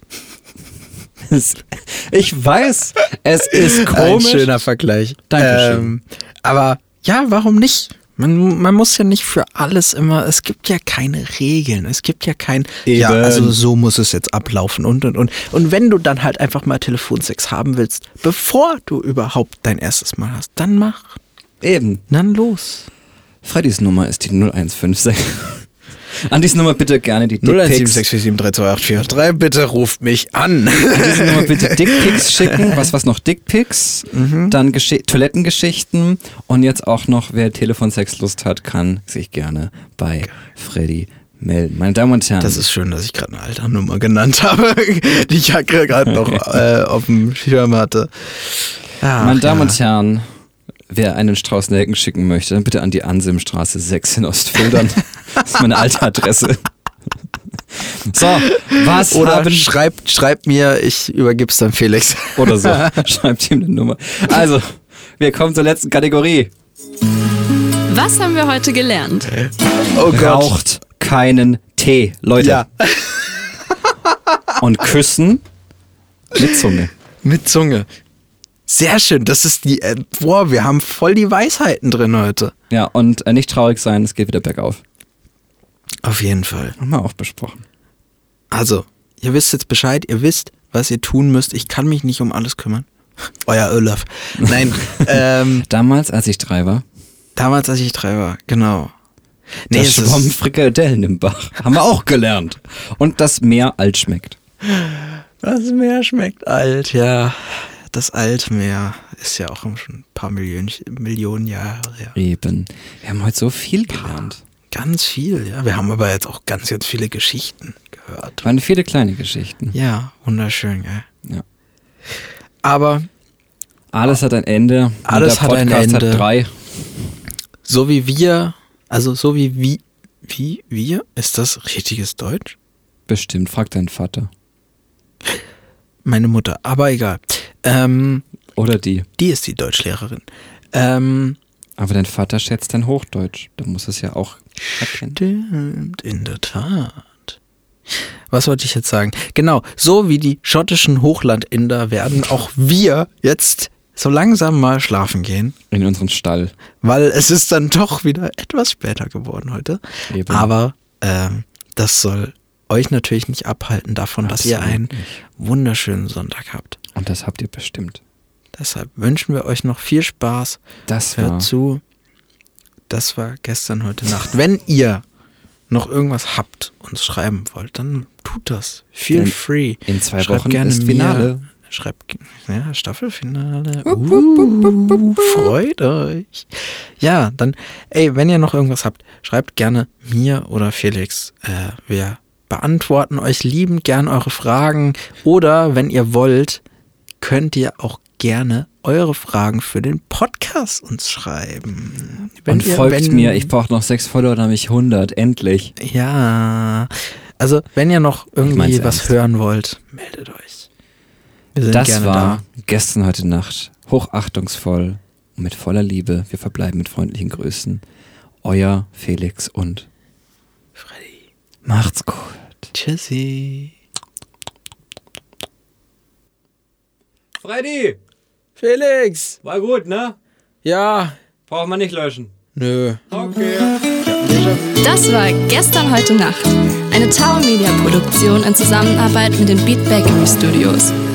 Es- ich weiß, es ist komisch. ein schöner Vergleich. Dankeschön. Ähm, aber ja, warum nicht? Man, man muss ja nicht für alles immer, es gibt ja keine Regeln, es gibt ja kein, Eben. ja, also so muss es jetzt ablaufen und und und. Und wenn du dann halt einfach mal Telefonsex haben willst, bevor du überhaupt dein erstes Mal hast, dann mach, Eben. dann los. Freddys Nummer ist die null eins fünf sechs. An diese Nummer bitte gerne die null eins sieben Dickpics. sechs vier sieben drei zwei acht vier drei, bitte ruft mich an. An diese Nummer bitte Dickpics schicken. Was was noch? Dickpics, dann Gesch- Toilettengeschichten und jetzt auch noch, wer Telefonsex-Lust hat, kann sich gerne bei Freddy melden. Meine Damen und Herren. Das ist schön, dass ich gerade eine Alternummer genannt habe, die ich ja gerade noch äh, auf dem Schirm hatte. Ach, Meine Damen ja. und Herren, wer einen Strauß Nelken schicken möchte, dann bitte an die Ansimstraße sechs in Ostfildern. Das ist meine alte Adresse. So, was Oder haben... schreibt, schreibt mir, ich übergib's dann Felix. Oder so, schreibt ihm eine Nummer. Also, wir kommen zur letzten Kategorie. Was haben wir heute gelernt? Oh Raucht keinen Tee, Leute. Ja, Und küssen mit Zunge. mit Zunge. Sehr schön, das ist die, äh, boah, wir haben voll die Weisheiten drin heute. Ja, und äh, nicht traurig sein, es geht wieder bergauf. Auf jeden Fall. Haben wir auch besprochen. Also, ihr wisst jetzt Bescheid, ihr wisst, was ihr tun müsst. Ich kann mich nicht um alles kümmern. Euer Olaf. Nein, ähm, Damals, als ich drei war, damals, als ich drei war, genau. da es ist- schwammen Frikadellen im Bach. Haben wir auch gelernt. Und das Meer alt schmeckt. Das Meer schmeckt alt, ja. Das Altmeer ist ja auch schon ein paar Millionen, Millionen Jahre her. Eben. Wir haben heute so viel gelernt. Ganz viel, ja. Wir haben aber jetzt auch ganz, ganz viele Geschichten gehört. Waren viele kleine Geschichten. Ja, wunderschön, gell. Ja. Aber Alles hat ein Ende. Alles und der hat ein Podcast Ende. hat drei. so wie wir, also so wie wie, wie wir, ist das richtiges Deutsch? Bestimmt. Frag deinen Vater. meine Mutter, aber egal. Ähm, Oder die. die ist die Deutschlehrerin. Ähm, Aber dein Vater schätzt dein Hochdeutsch. Da muss es ja auch erkennen. Stimmt, in der Tat. Was wollte ich jetzt sagen? Genau, so wie die schottischen Hochlandinder werden auch wir jetzt so langsam mal schlafen gehen. In unseren Stall. Weil es ist dann doch wieder etwas später geworden heute. Eben. Aber ähm, das soll euch natürlich nicht abhalten davon, dass ihr Absolut einen nicht. wunderschönen Sonntag habt. Und das habt ihr bestimmt. Deshalb wünschen wir euch noch viel Spaß. Das Hört war zu. Das war gestern, heute Nacht. Wenn ihr noch irgendwas habt und schreiben wollt, dann tut das. Feel Denn free. in zwei Schreibt Wochen gerne ist Finale. Mir. Schreibt, ja, Staffelfinale. Uh, freut euch. Ja, dann, ey, wenn ihr noch irgendwas habt, schreibt gerne mir oder Felix. Äh, wir beantworten euch liebend gern eure Fragen. Oder, wenn ihr wollt, könnt ihr auch gerne eure Fragen für den Podcast uns schreiben. Wenn Und ihr, folgt wenn, mir, ich brauche noch sechs Follower, dann habe ich hundert, endlich. Ja, also wenn ihr noch irgendwie mein's was ernst. hören wollt, meldet euch. Wir sind Das gerne war da. gestern, heute Nacht, hochachtungsvoll und mit voller Liebe. Wir verbleiben mit freundlichen Grüßen. Euer Felix und Freddy. macht's gut. Tschüssi. Freddy, Felix. war gut, ne? Ja. Braucht man nicht löschen. Nö. Okay. Das war Gestern, heute Nacht. Eine Tower Media Produktion in Zusammenarbeit mit den Beat Bakery Studios.